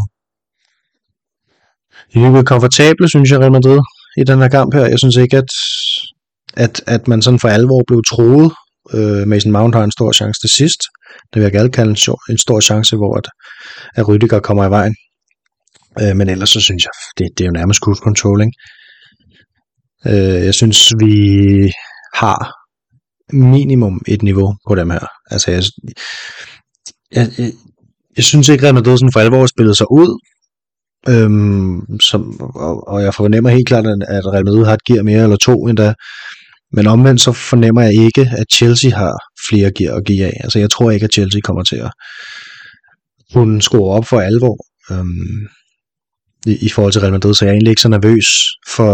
De virkede komfortable, synes jeg, Real Madrid i den her kamp her. Jeg synes ikke, at, at, at man sådan for alvor blev troet. Øh, Mason Mount har en stor chance til sidst. Det vil jeg gerne kalde en, en stor chance, hvor at, at Rüdiger kommer i vejen. Øh, men ellers så synes jeg, det, det er jo nærmest cruise control, ikke? Øh, jeg synes, vi har minimum et niveau på dem her. Altså, jeg, jeg, jeg, jeg synes ikke, at Real Madrid sådan for alvor har spillet sig ud. Øhm, som, og, og jeg fornemmer helt klart, at Real Madrid har et gear mere eller to endda. Men omvendt så fornemmer jeg ikke, at Chelsea har flere gear at give af. Altså jeg tror ikke, at Chelsea kommer til at kunne score op for alvor øhm, i, i forhold til Real Madrid. Så jeg er egentlig ikke så nervøs for,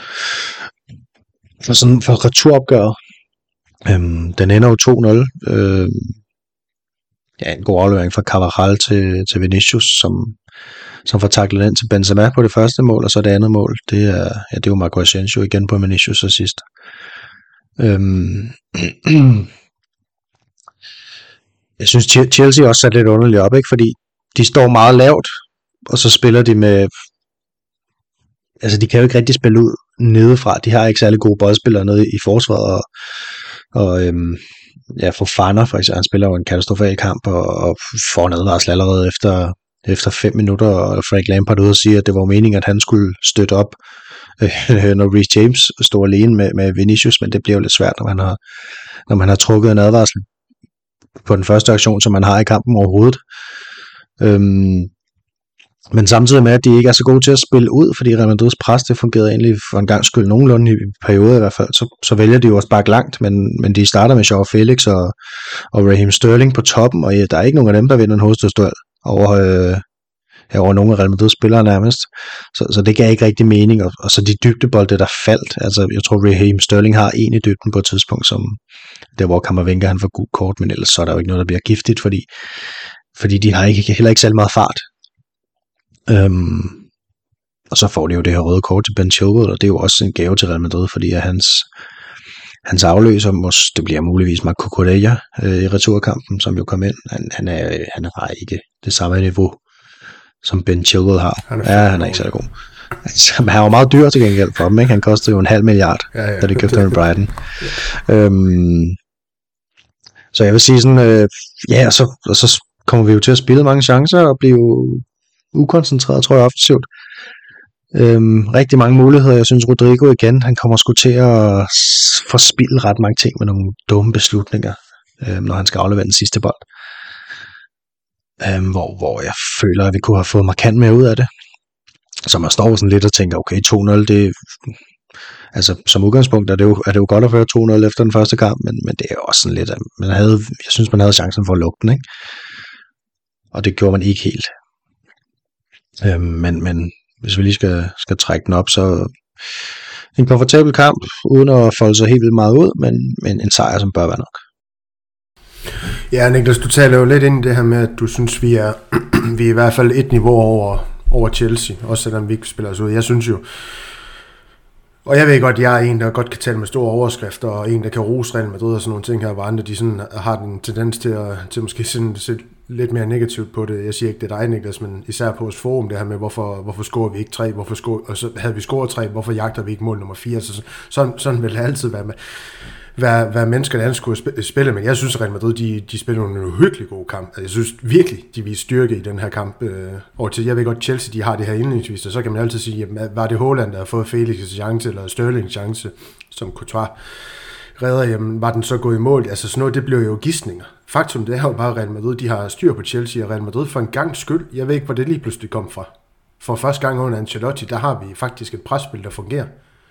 for, sådan, for returopgøret. Øhm, den ender jo to nul. Øhm, ja, en god aflevering fra Carvajal til, til Vinicius, som som får taklet ind til Benzema på det første mål, og så det andet mål, det er, ja, det er jo Marco Asensio igen på Vinicius og sidst. Øhm. Jeg synes, Chelsea også sat lidt underligt op, ikke? Fordi de står meget lavt, og så spiller de med... Altså, de kan jo ikke rigtig spille ud nedefra. De har ikke særlig gode boldspillere nede i forsvaret, og, og øhm, ja, Fofana for eksempel, han spiller jo en katastrofal kamp, og, og får en advarsel allerede efter... efter fem minutter, og Frank Lampard ude og sige, at det var meningen, at han skulle støtte op, øh, når Reece James stod alene med, med Vinicius, men det bliver jo lidt svært, når man har, når man har trukket en advarsel på den første aktion, som man har i kampen overhovedet. Øhm, men samtidig med, at de ikke er så gode til at spille ud, fordi Real Madrids pres, det fungerede egentlig for en gang skyld nogenlunde i perioder i hvert fald, så, så vælger de jo også bare langt, men, men de starter med Joao Felix og, og Raheem Sterling på toppen, og ja, der er ikke nogen af dem, der vinder en hovedstødsduel over, øh, ja, over nogle af Real Madrids spillere nærmest. Så, så det gav ikke rigtig mening. Og, og så de dybdebolde, der faldt. Altså, jeg tror, Raheem Sterling har en i dybden på et tidspunkt, som der hvor Camavinga han får gult kort, men ellers så er der jo ikke noget, der bliver giftigt, fordi, fordi de har ikke, heller ikke særlig meget fart. Øhm, Og så får de jo det her røde kort til Ben Chilwell, og det er jo også en gave til Real Madrid, fordi at hans, hans afløser, det bliver muligvis Marc Cucurella øh, i returkampen, som jo kom ind. Han, han, er, han er ikke det samme niveau, som Ben Chilwell har. Han ja, han er ikke så god. Altså, han var meget dyr til gengæld for dem, ikke? Han kostede jo en halv milliard, ja, ja. Da de købte ham i Brighton. Ja. Øhm, så jeg vil sige sådan, øh, ja, så, og så kommer vi jo til at spille mange chancer og blive ukoncentreret, tror jeg, offensivt. Øhm, rigtig mange muligheder. Jeg synes Rodrigo igen, han kommer sgu til at forspilde ret mange ting med nogle dumme beslutninger, øhm, når han skal aflevere den sidste bold. Øhm, hvor, hvor jeg føler, at vi kunne have fået markant mere ud af det. Så man står sådan lidt og tænker, okay, to nul, det altså som udgangspunkt er det jo, er det jo godt at føre to nul efter den første kamp, men, men det er jo også sådan lidt, at man havde, jeg synes, man havde chancen for at lukke den, ikke? Og det gjorde man ikke helt. Øhm, men, men hvis vi lige skal, skal trække den op, så en komfortabel kamp, uden at folde sig helt vildt meget ud, men, men en sejr, som bør være nok. Ja, Niklas, du taler jo lidt ind i det her med, at du synes, vi er, vi er i hvert fald et niveau over, over Chelsea, også selvom vi ikke spiller os ud. Jeg synes jo, og jeg ved godt, at jeg er en, der godt kan tale med store overskrifter, og en, der kan rose Real Madrid og sådan nogle ting her, hvor andre de sådan har den tendens til at til måske sådan, se lidt mere negativt på det. Jeg siger ikke, det er dig, Niklas, men især på vores forum, det her med, hvorfor, hvorfor scorer vi ikke tre, hvorfor score, og så havde vi scoret tre, hvorfor jagter vi ikke mål nummer fire, så sådan, sådan vil det altid være med. Hvad, hvad mennesker der skulle spille, men jeg synes, at Real Madrid, de, de spiller en uhyggelig god kamp. Altså, jeg synes virkelig, de viser styrke i den her kamp. Øh, og til, jeg ved godt, Chelsea, de har det her indledningsvis, og så kan man altid sige, jamen, var det Haaland, der har fået Felix' chance, eller Sterlings chance, som Courtois redder, jamen, var den så gået i mål? Altså, sådan noget, det blev jo gidsninger. Faktum, det er jo bare Real Madrid, de har styr på Chelsea, og Real Madrid for en gang skyld, jeg ved ikke, hvor det lige pludselig kom fra. For første gang under Ancelotti, der har vi faktisk et presspil, der fungerer.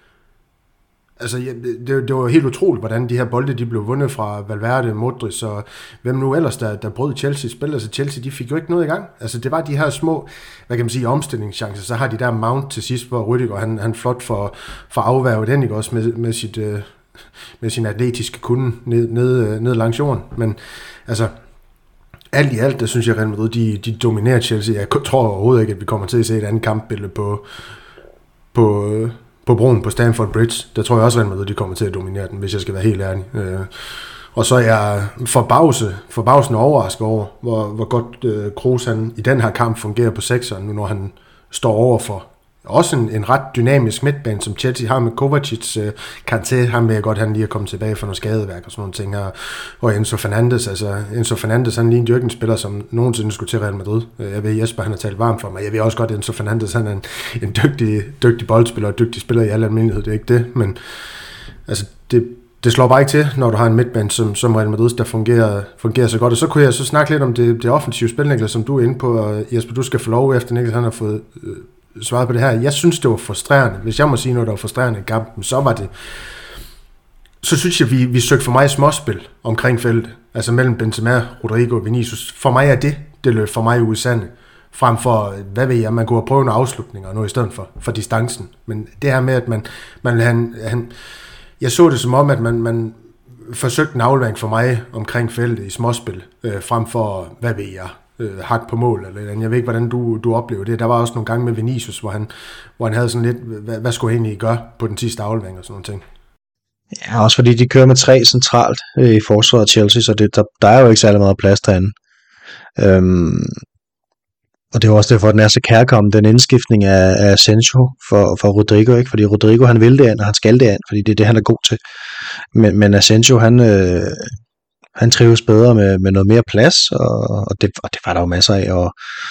Altså, ja, det, det var helt utroligt, hvordan de her bolde, de blev vundet fra Valverde, Modric og hvem nu ellers, der, der brød Chelsea spil. Altså, Chelsea, de fik jo ikke noget i gang. Altså, det var de her små, hvad kan man sige, omstillingschancer. Så har de der Mount til sidst, hvor Rüdiger, han, han flot for, for afværget den, ikke også, med, med, sit, øh, med sin atletiske kunde ned, ned, ned langs jorden. Men, altså, alt i alt, der synes jeg, Real Madrid, de, de dominerer Chelsea. Jeg tror overhovedet ikke, at vi kommer til at se et andet kampbillede på, på øh, på broen på Stamford Bridge. Der tror jeg også, at de kommer til at dominere den, hvis jeg skal være helt ærlig. Øh, og så er jeg forbavset, forbavsende overrasket over, hvor, hvor godt øh, Kroos han i den her kamp fungerer på sekseren, nu når han står over for også en, en ret dynamisk midtbane, som Chelsea har med Kovacic, øh, Kanté, ham vil jeg godt, han lige er kommet tilbage fra noget skadeværk og sådan nogle ting her, og Enzo Fernandes, altså Enzo Fernandes, han lige en dyrkende spiller, som nogensinde skulle til Real Madrid. Jeg ved, Jesper, han har talt varmt for mig, jeg ved også godt, at Enzo Fernandes, han er en, en dygtig, dygtig boldspiller, og dygtig spiller i al almindelighed, det er ikke det, men altså, det, det slår bare ikke til, når du har en midtbane som, som Real Madrid, der fungerer, fungerer så godt, og så kunne jeg så snakke lidt om det, det offensive spil, Niklas, som du er inde på, og Jesper, du skal få lov efter, Niklas, han har fået øh, svaret på det her. Jeg synes, det var frustrerende. Hvis jeg må sige noget, der var frustrerende i kampen, så var det... Så synes jeg, vi, vi søgte for mig småspil omkring feltet. Altså mellem Benzema, Rodrigo og Vinicius. For mig er det, det løb for mig usande. Frem for, hvad ved jeg, man kunne prøve nogle afslutninger og noget i stedet for, for distancen. Men det her med, at man... man han, han, jeg så det som om, at man, man forsøgte en aflevering for mig omkring feltet i småspil, øh, frem for, hvad ved jeg, øh, hak på mål, eller jeg ved ikke, hvordan du, du oplever det. Der var også nogle gange med Vinicius, hvor han, hvor han havde sådan lidt, hvad, hvad skulle han egentlig gøre på den sidste aflevering og sådan nogle ting. Ja, også fordi de kører med tre centralt øh, i forsvaret af Chelsea, så det, der, der er jo ikke særlig meget plads derinde. Øhm, og det er også derfor, at den er så kærkommen, den indskiftning af, af Asensio for, for Rodrigo, ikke? Fordi Rodrigo, han vil det ind, og han skal det ind, fordi det er det, han er god til. Men, men Asensio, han... Øh, Han trives bedre med, med noget mere plads, og, og, det, og det var der jo masser af. Og,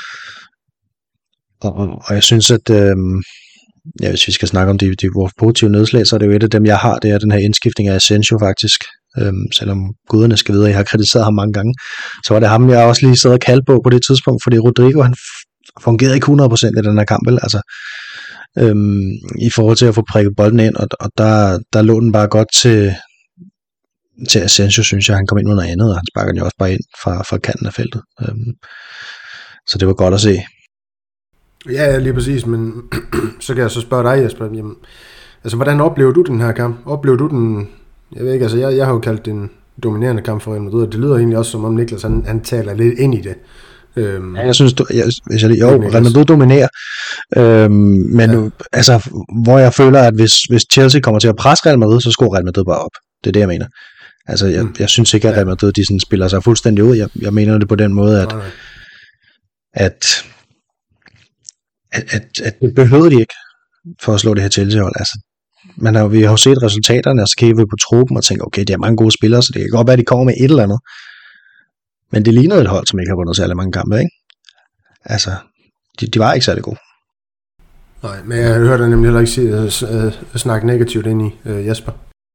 og, og jeg synes, at øh, ja, hvis vi skal snakke om de, de positive nedslag, så er det jo et af dem, jeg har. Det er den her indskiftning af Asensio faktisk. Øhm, selvom guderne skal vide, at jeg har kritiseret ham mange gange, så var det ham, jeg også lige sad og kaldte på på det tidspunkt, fordi Rodrigo, han fungerede ikke hundrede procent i den her kamp, vel? Altså, øhm, i forhold til at få prikket bolden ind, og, og der, der lå den bare godt til... til Asensio, synes jeg, han kom ind med noget andet, og han sparker den jo også bare ind fra, fra kanten af feltet. Um, så det var godt at se. Ja, lige præcis, men så kan jeg så spørge dig, Jesper, jamen, altså, hvordan oplever du den her kamp? Oplever du den, jeg ved ikke, altså, jeg, jeg har jo kaldt den dominerende kamp for Real Madrid, og det lyder egentlig også, som om Niklas, han, han taler lidt ind i det. Øhm, ja, jeg synes, du, jeg, hvis jeg, jo, Real Madrid dominerer, øhm, men ja. altså, hvor jeg føler, at hvis, hvis Chelsea kommer til at presse Real Madrid, så skruer Real Madrid bare op. Det er det, jeg mener. Altså, jeg, mm. jeg synes ikke, at Real Madrid, de sådan spiller sig fuldstændig ud. Jeg, jeg mener det på den måde, at, okay. at, at, at, at det behøver de ikke for at slå det her Chelsea-hold. Altså, man har, vi har jo set resultaterne, og så kigger vi på truppen og tænker, okay, det er mange gode spillere, så det kan godt være, at de kommer med et eller andet. Men det ligner et hold, som ikke har vundet særlig mange kampe, ikke? Altså, de, de var ikke særlig gode. Nej, men jeg hørte dig nemlig heller ikke sige, uh, uh, snakke negativt ind i uh, Jesper.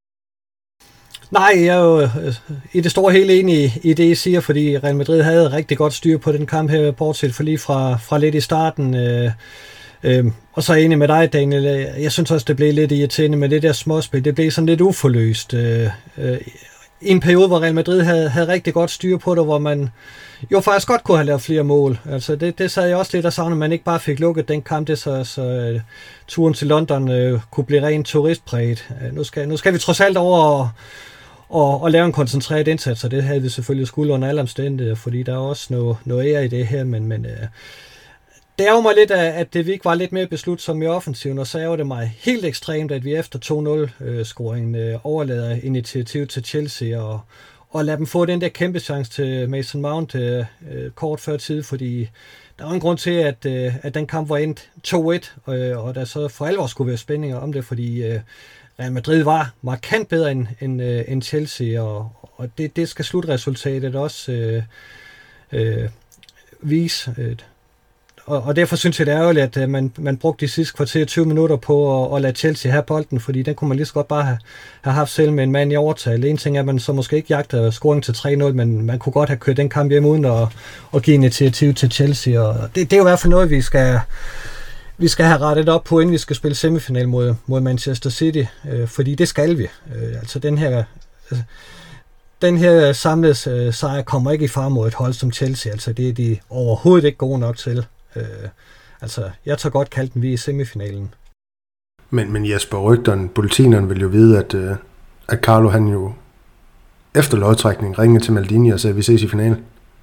Nej, jeg er jo uh, i det store hele enig i, i det, I siger, fordi Real Madrid havde rigtig godt styr på den kamp her, bortset for lige fra, fra lidt i starten. Uh, uh, og så enig med dig, Daniel. Jeg synes også, det blev lidt irriterende med det der småspil. Det blev sådan lidt uforløst. Uh, uh, I en periode, hvor Real Madrid havde, havde rigtig godt styr på det, hvor man jo faktisk godt kunne have lavet flere mål. Altså det, det sad jeg også lidt og savnede, at man ikke bare fik lukket den kamp, det så, så uh, turen til London uh, kunne blive rent turistpræget. Uh, nu, skal, nu skal vi trods alt over og, og, og lave en koncentreret indsats, og det havde vi selvfølgelig skulle under alle omstændigheder, fordi der er også noget, noget ære i det her, men, men uh, det er jo mig lidt, at det vi ikke var lidt mere beslutsomme i offensiven, og så er det mig helt ekstremt, at vi efter to nul-scoringen øh, overlader initiativ til Chelsea, og, og lader dem få den der kæmpe chance til Mason Mount øh, kort før tid, fordi der var en grund til, at, øh, at den kamp var endt to et, øh, og der så for alvor skulle være spændinger om det, fordi øh, Real Madrid var markant bedre end, end, øh, end Chelsea, og, og det, det skal slutresultatet også øh, øh, vise. Øh, Og, og derfor synes jeg, det er ærgerligt, at man, man brugte de sidste kvarter tyve minutter på at, at lade Chelsea have bolden, fordi den kunne man lige så godt bare have, have haft selv med en mand i overtal. En ting er, at man så måske ikke jagter scoring til tre nul, men man kunne godt have kørt den kamp hjem uden at, at give initiativ til Chelsea. Og det, det er jo i hvert fald noget, vi skal, vi skal have rettet op på, inden vi skal spille semifinal mod, mod Manchester City, øh, fordi det skal vi. Øh, altså den her... Altså, Den her samlede øh, sejr kommer ikke i far mod et hold som Chelsea, altså det er de overhovedet ikke gode nok til. Øh, altså, jeg tager godt kaldt den vi i semifinalen. Men, men Jesper, rygteren, politineren vil jo vide, at, øh, at Carlo han jo efter lodtrækning ringede til Maldini og sagde, at vi ses i finalen.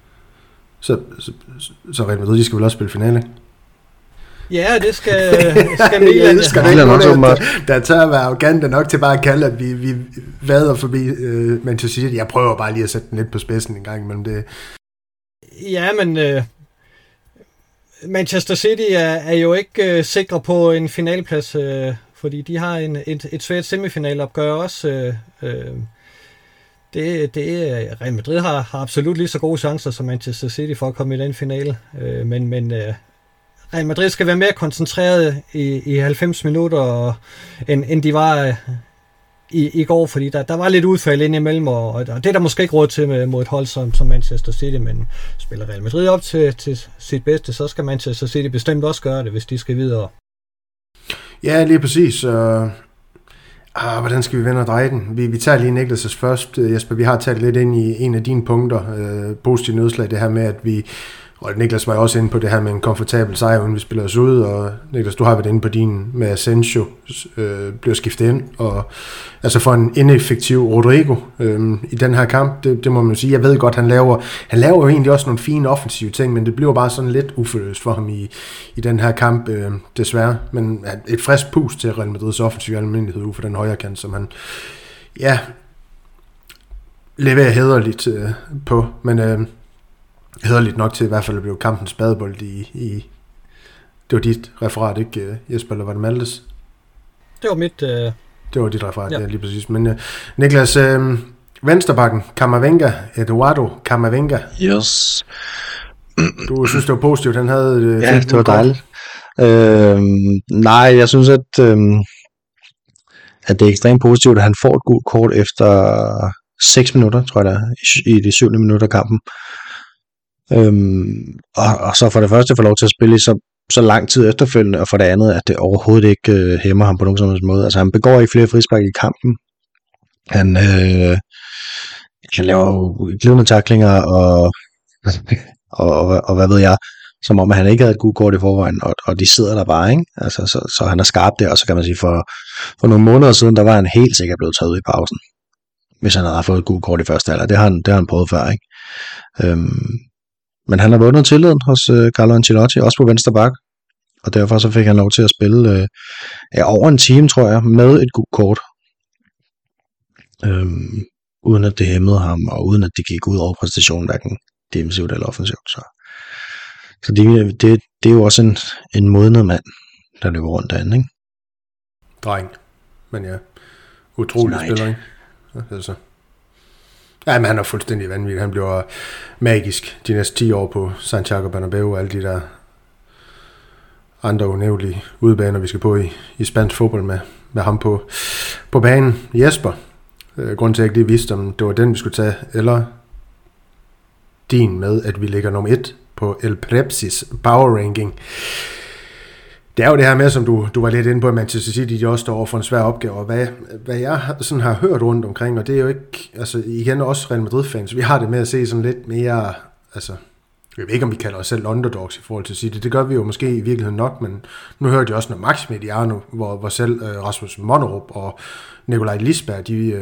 Så, så, så Real Madrid, de skal vel også spille finale, ikke? Ja, det skal, skal Milan. Det skal Milan også, der, der tør at være arrogante nok til bare at kalde, at vi, vi vader forbi øh, Manchester City. Jeg prøver bare lige at sætte den lidt på spidsen en gang imellem det. Ja, men øh, Manchester City er, er jo ikke øh, sikre på en finalplads, øh, fordi de har en, et, et svært semifinalopgør også. Øh, øh, det, det, Real Madrid har, har absolut lige så gode chancer som Manchester City for at komme i den finale, øh, men, men øh, Real Madrid skal være mere koncentreret i, i halvfems minutter, end, end de var øh, i, i går, fordi der, der var lidt udfald ind imellem, og, og det er der måske ikke råd til med, mod et hold som, som Manchester City, men spiller Real Madrid op til, til sit bedste, så skal Manchester City bestemt også gøre det, hvis de skal videre. Ja, lige præcis. Uh, ah, hvordan skal vi vende og dreje den? Vi, vi tager lige Niklas' først, Jesper. Vi har talt lidt ind i en af dine punkter, uh, positivt nedslag, det her med, at vi og Niklas var jo også inde på det her med en komfortabel sejr, uden vi spiller os ud, og Niklas, du har været inde på din med Asensio, øh, bliver skiftet ind, og altså for en ineffektiv Rodrigo øh, i den her kamp, det, det må man jo sige. Jeg ved godt, han laver, han laver jo egentlig også nogle fine offensive ting, men det bliver bare sådan lidt uforløst for ham i, i den her kamp, øh, desværre. Men et frisk pust til Real Madrids offensive almindelighed ud for den højre kant, som han, ja, leverer hæderligt øh, på, men øh, hæderligt nok til i hvert fald at blive kampens badebold i, i det var dit referat, ikke Jesper, eller var det Maltes? Det var mit... Øh... Det var dit referat, ja, ja lige præcis. Men uh, Niklas, øh, venstrebakken, Camavinga, Eduardo Camavinga. Yes. Du synes, det var positivt, han havde... Øh, ja, det var dejligt. Øh, nej, jeg synes, at, øh, at det er ekstremt positivt, at han får et gult kort efter seks minutter, tror jeg det er, i de syvende minutter af kampen. Øhm, og, og så for det første får lov til at spille i så, så lang tid efterfølgende, og for det andet, at det overhovedet ikke øh, hæmmer ham på nogen som helst måde. Altså han begår ikke flere frispark i kampen. Han, øh, han laver glidende tacklinger, og, og, og, og hvad ved jeg, som om han ikke havde et gult kort i forvejen, og, og de sidder der bare, ikke? Altså, så, så han er skarp der, og så kan man sige, for, for nogle måneder siden, der var han helt sikkert blevet taget ud i pausen, hvis han havde fået et gult kort i første alder. Det har han, det har han prøvet før, ikke? Øhm, men han har vundet tilliden hos øh, Carlo Ancelotti, også på venstre bak, og derfor så fik han lov til at spille øh, ja, over en time, tror jeg, med et gult kort. Øhm, uden at det hæmmede ham, og uden at det gik ud over præstationen, hverken defensivt eller offensivt. Så, så det, det, det er jo også en, en modnet mand, der løber rundt derinde, ikke? Dreng. Men ja, utrolig Knight. Spiller, ikke? Ja, altså. Ja, men han er fuldstændig vanvittig. Han bliver magisk de næste ti år på Santiago Bernabeu og alle de der andre unævnlige udbaner, vi skal på i, i spansk fodbold med, med ham på, på banen. Jesper, øh, grunden til, at jeg ikke lige vidste, om det var den, vi skulle tage, eller din med, at vi ligger nummer et på El Prepsis Power Ranking. Det er jo det her med, som du, du var lidt inde på, at Manchester City de også står over for en svær opgave, og hvad, hvad jeg sådan har hørt rundt omkring, og det er jo ikke, altså igen også Real Madrid-fans, vi har det med at se sådan lidt mere, altså, jeg ved ikke, om vi kalder os selv underdogs i forhold til City, det gør vi jo måske i virkeligheden nok, men nu hørte jeg også noget Max Mediano, hvor, hvor selv øh, Rasmus Monnerup og Nikolaj Lisberg, de, øh,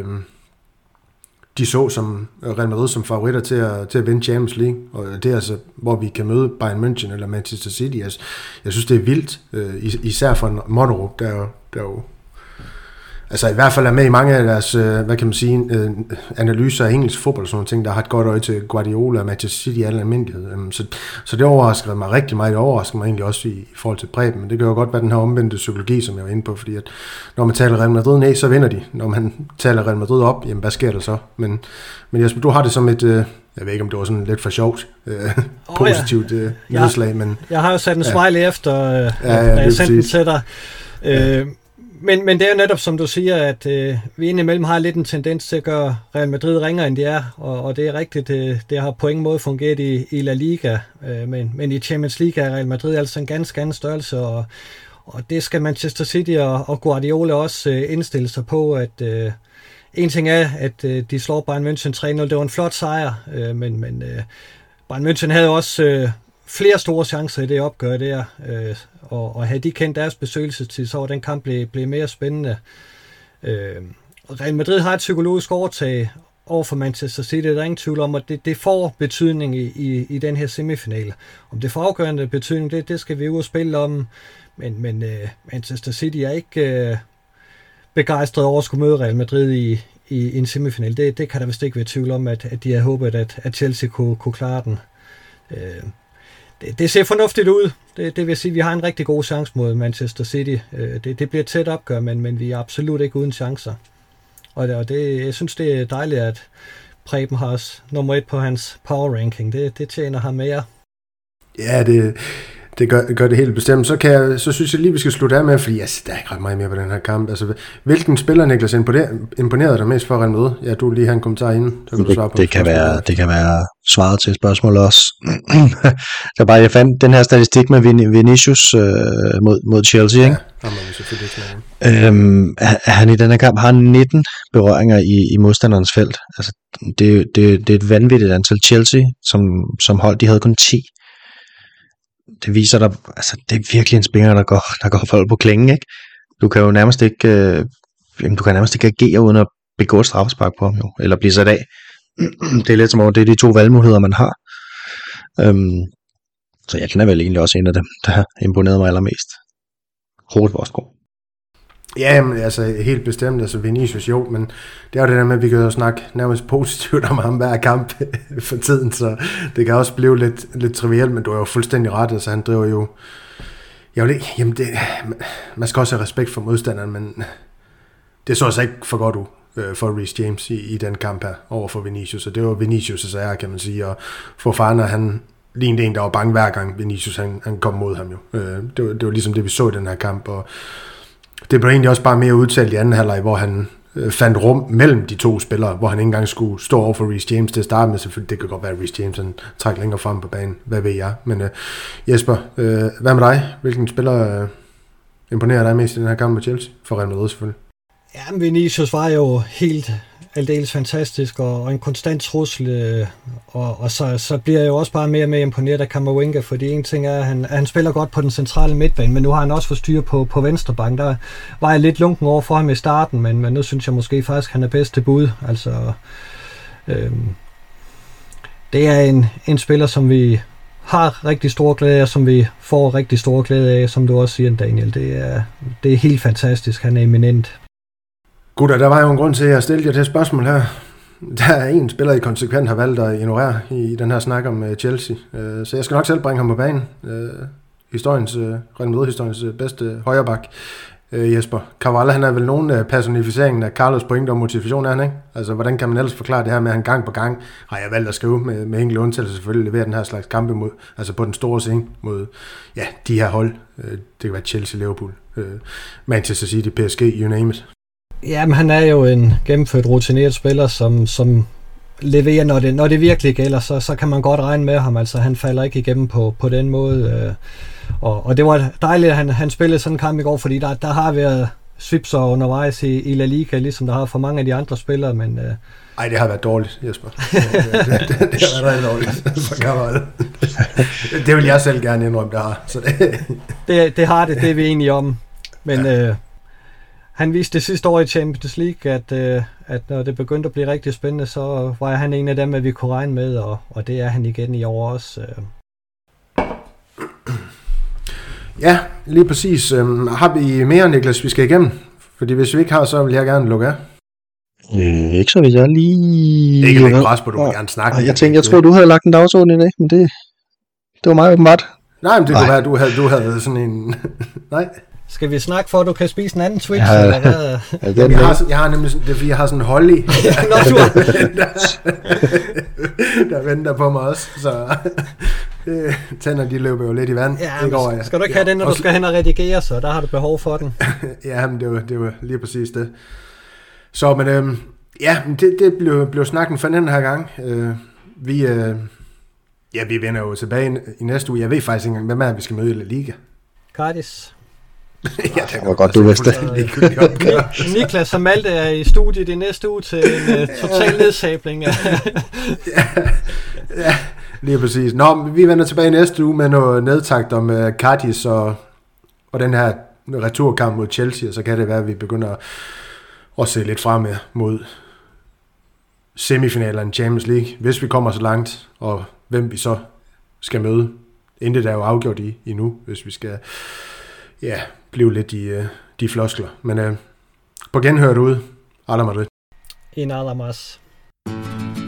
de så som Real Madrid som favoritter til at, til at vinde Champions League, og det er altså, hvor vi kan møde Bayern München eller Manchester City. Altså, jeg synes, det er vildt, øh, især for Monnerup, der jo, der jo altså i hvert fald er med i mange af deres, øh, hvad kan man sige, øh, analyser af engelsk fodbold og sådan nogle ting, der har et godt øje til Guardiola og Manchester City i alle almindelighed. Um, så, så det overrasker mig rigtig meget. Det overrasker mig egentlig også i, i forhold til Preben, men det kan jo godt være den her omvendte psykologi, som jeg var inde på, fordi at når man taler Real Madrid ned, så vinder de. Når man taler Real Madrid op, jamen hvad sker der så? Men, men Jesper, du har det som et, øh, jeg ved ikke om det var sådan lidt for sjovt, øh, oh, positivt øh, nedslag, men... Jeg har jo sat en smiley ja. efter, øh, ja, ja, når jeg sendte den til dig. Øh, ja. Men, men det er jo netop, som du siger, at øh, vi indimellem har lidt en tendens til at gøre Real Madrid ringere, end de er, og, og det er rigtigt, det, det har på ingen måde fungeret i, i La Liga, øh, men, men i Champions League er Real Madrid altså en ganske anden størrelse, og, og det skal Manchester City og, og Guardiola også øh, indstille sig på, at øh, en ting er, at øh, de slår Bayern München tre nul, det var en flot sejr, øh, men, men øh, Bayern München havde også... Øh, flere store chancer i det opgør der, øh, og, og havde de kendt deres besøgelsestid, så var den kamp blev, blev mere spændende. Øh, Real Madrid har et psykologisk overtag over for Manchester City, der er ingen tvivl om, at det, det får betydning i, i, i den her semifinale. Om det får afgørende betydning, det, det skal vi jo spille om, men, men øh, Manchester City er ikke øh, begejstret over at skulle møde Real Madrid i, i, i en semifinale. Det, det kan der vist ikke være tvivl om, at, at de har håbet, at, at Chelsea kunne, kunne klare den. Øh, Det, det ser fornuftigt ud. Det, det vil sige, at vi har en rigtig god chance mod Manchester City. Det, det bliver et tæt opgør, men, men vi er absolut ikke uden chancer. Og det, og det, jeg synes, det er dejligt, at Preben har os nummer et på hans power ranking. Det, det tjener ham mere. Ja, det, det gør, gør det helt bestemt. Så, kan jeg, så synes jeg lige, vi skal slutte af med, fordi altså, der er ikke ret meget mere på den her kamp. Altså, hvilken spiller, Niklas, imponerede dig mest for Real Madrid? Ja, du lige har en kommentar inden. Så kan det, du svare på det, kan være, det kan være svaret til spørgsmålet også. Der bare, jeg fandt den her statistik med Vin- Vinicius øh, mod, mod Chelsea, ikke? Ja, vi selvfølgelig ikke øhm, han i den her kamp har nitten berøringer i, i modstanderens felt. Altså, det, det, det er et vanvittigt antal. Chelsea, som, som hold, de havde kun ti. Det viser dig, altså det er virkelig en spiller, der går, der går folk på klingen, ikke? Du kan jo nærmest ikke, øh, du kan nærmest ikke agere uden at begå et straffespark på ham, jo, eller blive sat af. Det er lidt som om, det er de to valgmuligheder, man har. Øhm, så jeg kender vel egentlig også en af dem, der har imponeret mig allermest. Robert Vorsgaard. Ja, men altså helt bestemt, altså Vinicius jo, men det er jo det der med, at vi kan jo snakke nærmest positivt om ham hver kamp for tiden, så det kan også blive lidt, lidt trivielt, men du er jo fuldstændig ret, altså han driver jo, jeg vil ikke, jamen det, man skal også have respekt for modstanderen, men det så altså ikke for godt ud for Reece James i, i den kamp her over for Vinicius, og det var Vinicius' ære, kan man sige, og for Fana, han lignede en, der var bange hver gang Vinicius han, han kom mod ham jo. Det var, det var ligesom det, vi så i den her kamp, og det blev egentlig også bare mere udtalt i anden halvleg, hvor han øh, fandt rum mellem de to spillere, hvor han ikke engang skulle stå over for Reece James til at starte med. Selvfølgelig, det kan godt være, at Reece James han trækker længere frem på banen. Hvad ved jeg? Men øh, Jesper, øh, hvad med dig? Hvilken spiller øh, imponerer dig mest i den her kamp med Chelsea? For Real Madrid selvfølgelig. Ja, men Vinicius var jo helt aldeles fantastisk, og, og en konstant trussel, øh, og, og så, så bliver jeg jo også bare mere og mere imponeret af Camavinga, fordi en ting er, at han, at han spiller godt på den centrale midtbane, men nu har han også fået styr på, på venstrebanken. Der var jeg lidt lunken over for ham i starten, men, men nu synes jeg måske faktisk, at han er bedste bud. Altså, øh, det er en, en spiller, som vi har rigtig stor glæde af, som vi får rigtig stor glæde af, som du også siger, Daniel. Det er, det er helt fantastisk. Han er eminent. Gutter, der var jo en grund til, at jeg stillede jer det spørgsmål her. Der er en spiller, I konsekvent har valgt at ignorere i den her snak om Chelsea. Så jeg skal nok selv bringe ham på banen. Historiens, Real Madrid-historiens bedste højreback. Jesper Carvalho, han er vel nogen personificeringen af Carlos point og motivation, er han, ikke? Altså, hvordan kan man ellers forklare det her med, at han gang på gang har jeg valgt at skrive med, med enkelt undtagelse selvfølgelig levere den her slags kampe mod, altså på den store scene mod, ja, de her hold. Det kan være Chelsea, Liverpool, Manchester City, P S G, you name it. Jamen, han er jo en gennemført rutineret spiller, som, som leverer, når det, når det virkelig gælder, så, så kan man godt regne med ham. Altså, han falder ikke igennem på, på den måde. Og, og det var dejligt, at han, han spillede sådan en kamp i går, fordi der, der har været svipser undervejs i, i La Liga, ligesom der har for mange af de andre spillere, men... Øh... Ej, det har været dårligt, Jesper. det, det, det, det har været rigtig dårligt for Carvalho. Det vil jeg selv gerne indrømme, det har. Så det... det, det har det, det er vi enige om. Men ja. øh, han viste det sidste år i Champions League, at, øh, at når det begyndte at blive rigtig spændende, så var han en af dem, at vi kunne regne med, og, og det er han igen i år også. Øh. Ja, lige præcis. Øhm, har vi mere, Niklas, vi skal igennem? Fordi hvis vi ikke har, så vil jeg gerne lukke af. Øh, ikke så hvis jeg lige... Ikke lægge pres på, du må gerne snakke. Jeg tænkte, jeg tror, du havde lagt en dagsorden i dag, men det, det var meget åbenbart. Nej, men det kunne være, du havde, du havde sådan en... Nej. Skal vi snakke for, at du kan spise en anden Twix? Ja, eller hvad? Ja, den jeg, har, jeg har nemlig sådan, det er fordi, jeg har sådan en hold i, der, der venter på mig også, så tænder de løber jo lidt i vand. Ja, ikke over, ja. Skal du ikke have ja, den, når du skal hen og redigere, så der har du behov for den. Ja, men det var, det var lige præcis det. Så, men øhm, ja, det, det blev, blev snakken for den her gang. Øh, vi, øh, ja, vi vender jo tilbage i næste uge. Jeg ved faktisk ikke engang, hvem er vi skal møde i La Liga. Cardis. Ja, det var godt, du vidste. Niklas og Malte er i studiet i næste uge til en uh, total nedsabling. ja, ja, lige præcis. Nå, vi vender tilbage i næste uge med noget nedtakt om uh, Cardis og, og den her returkamp mod Chelsea, og så kan det være, at vi begynder at se lidt frem mod semifinalerne i Champions League, hvis vi kommer så langt, og hvem vi så skal møde. Intet er jo afgjort i endnu, hvis vi skal... Ja, blev lidt de, de floskler. Men øh, på genhørt ude, Ala Madrid. En Alamas.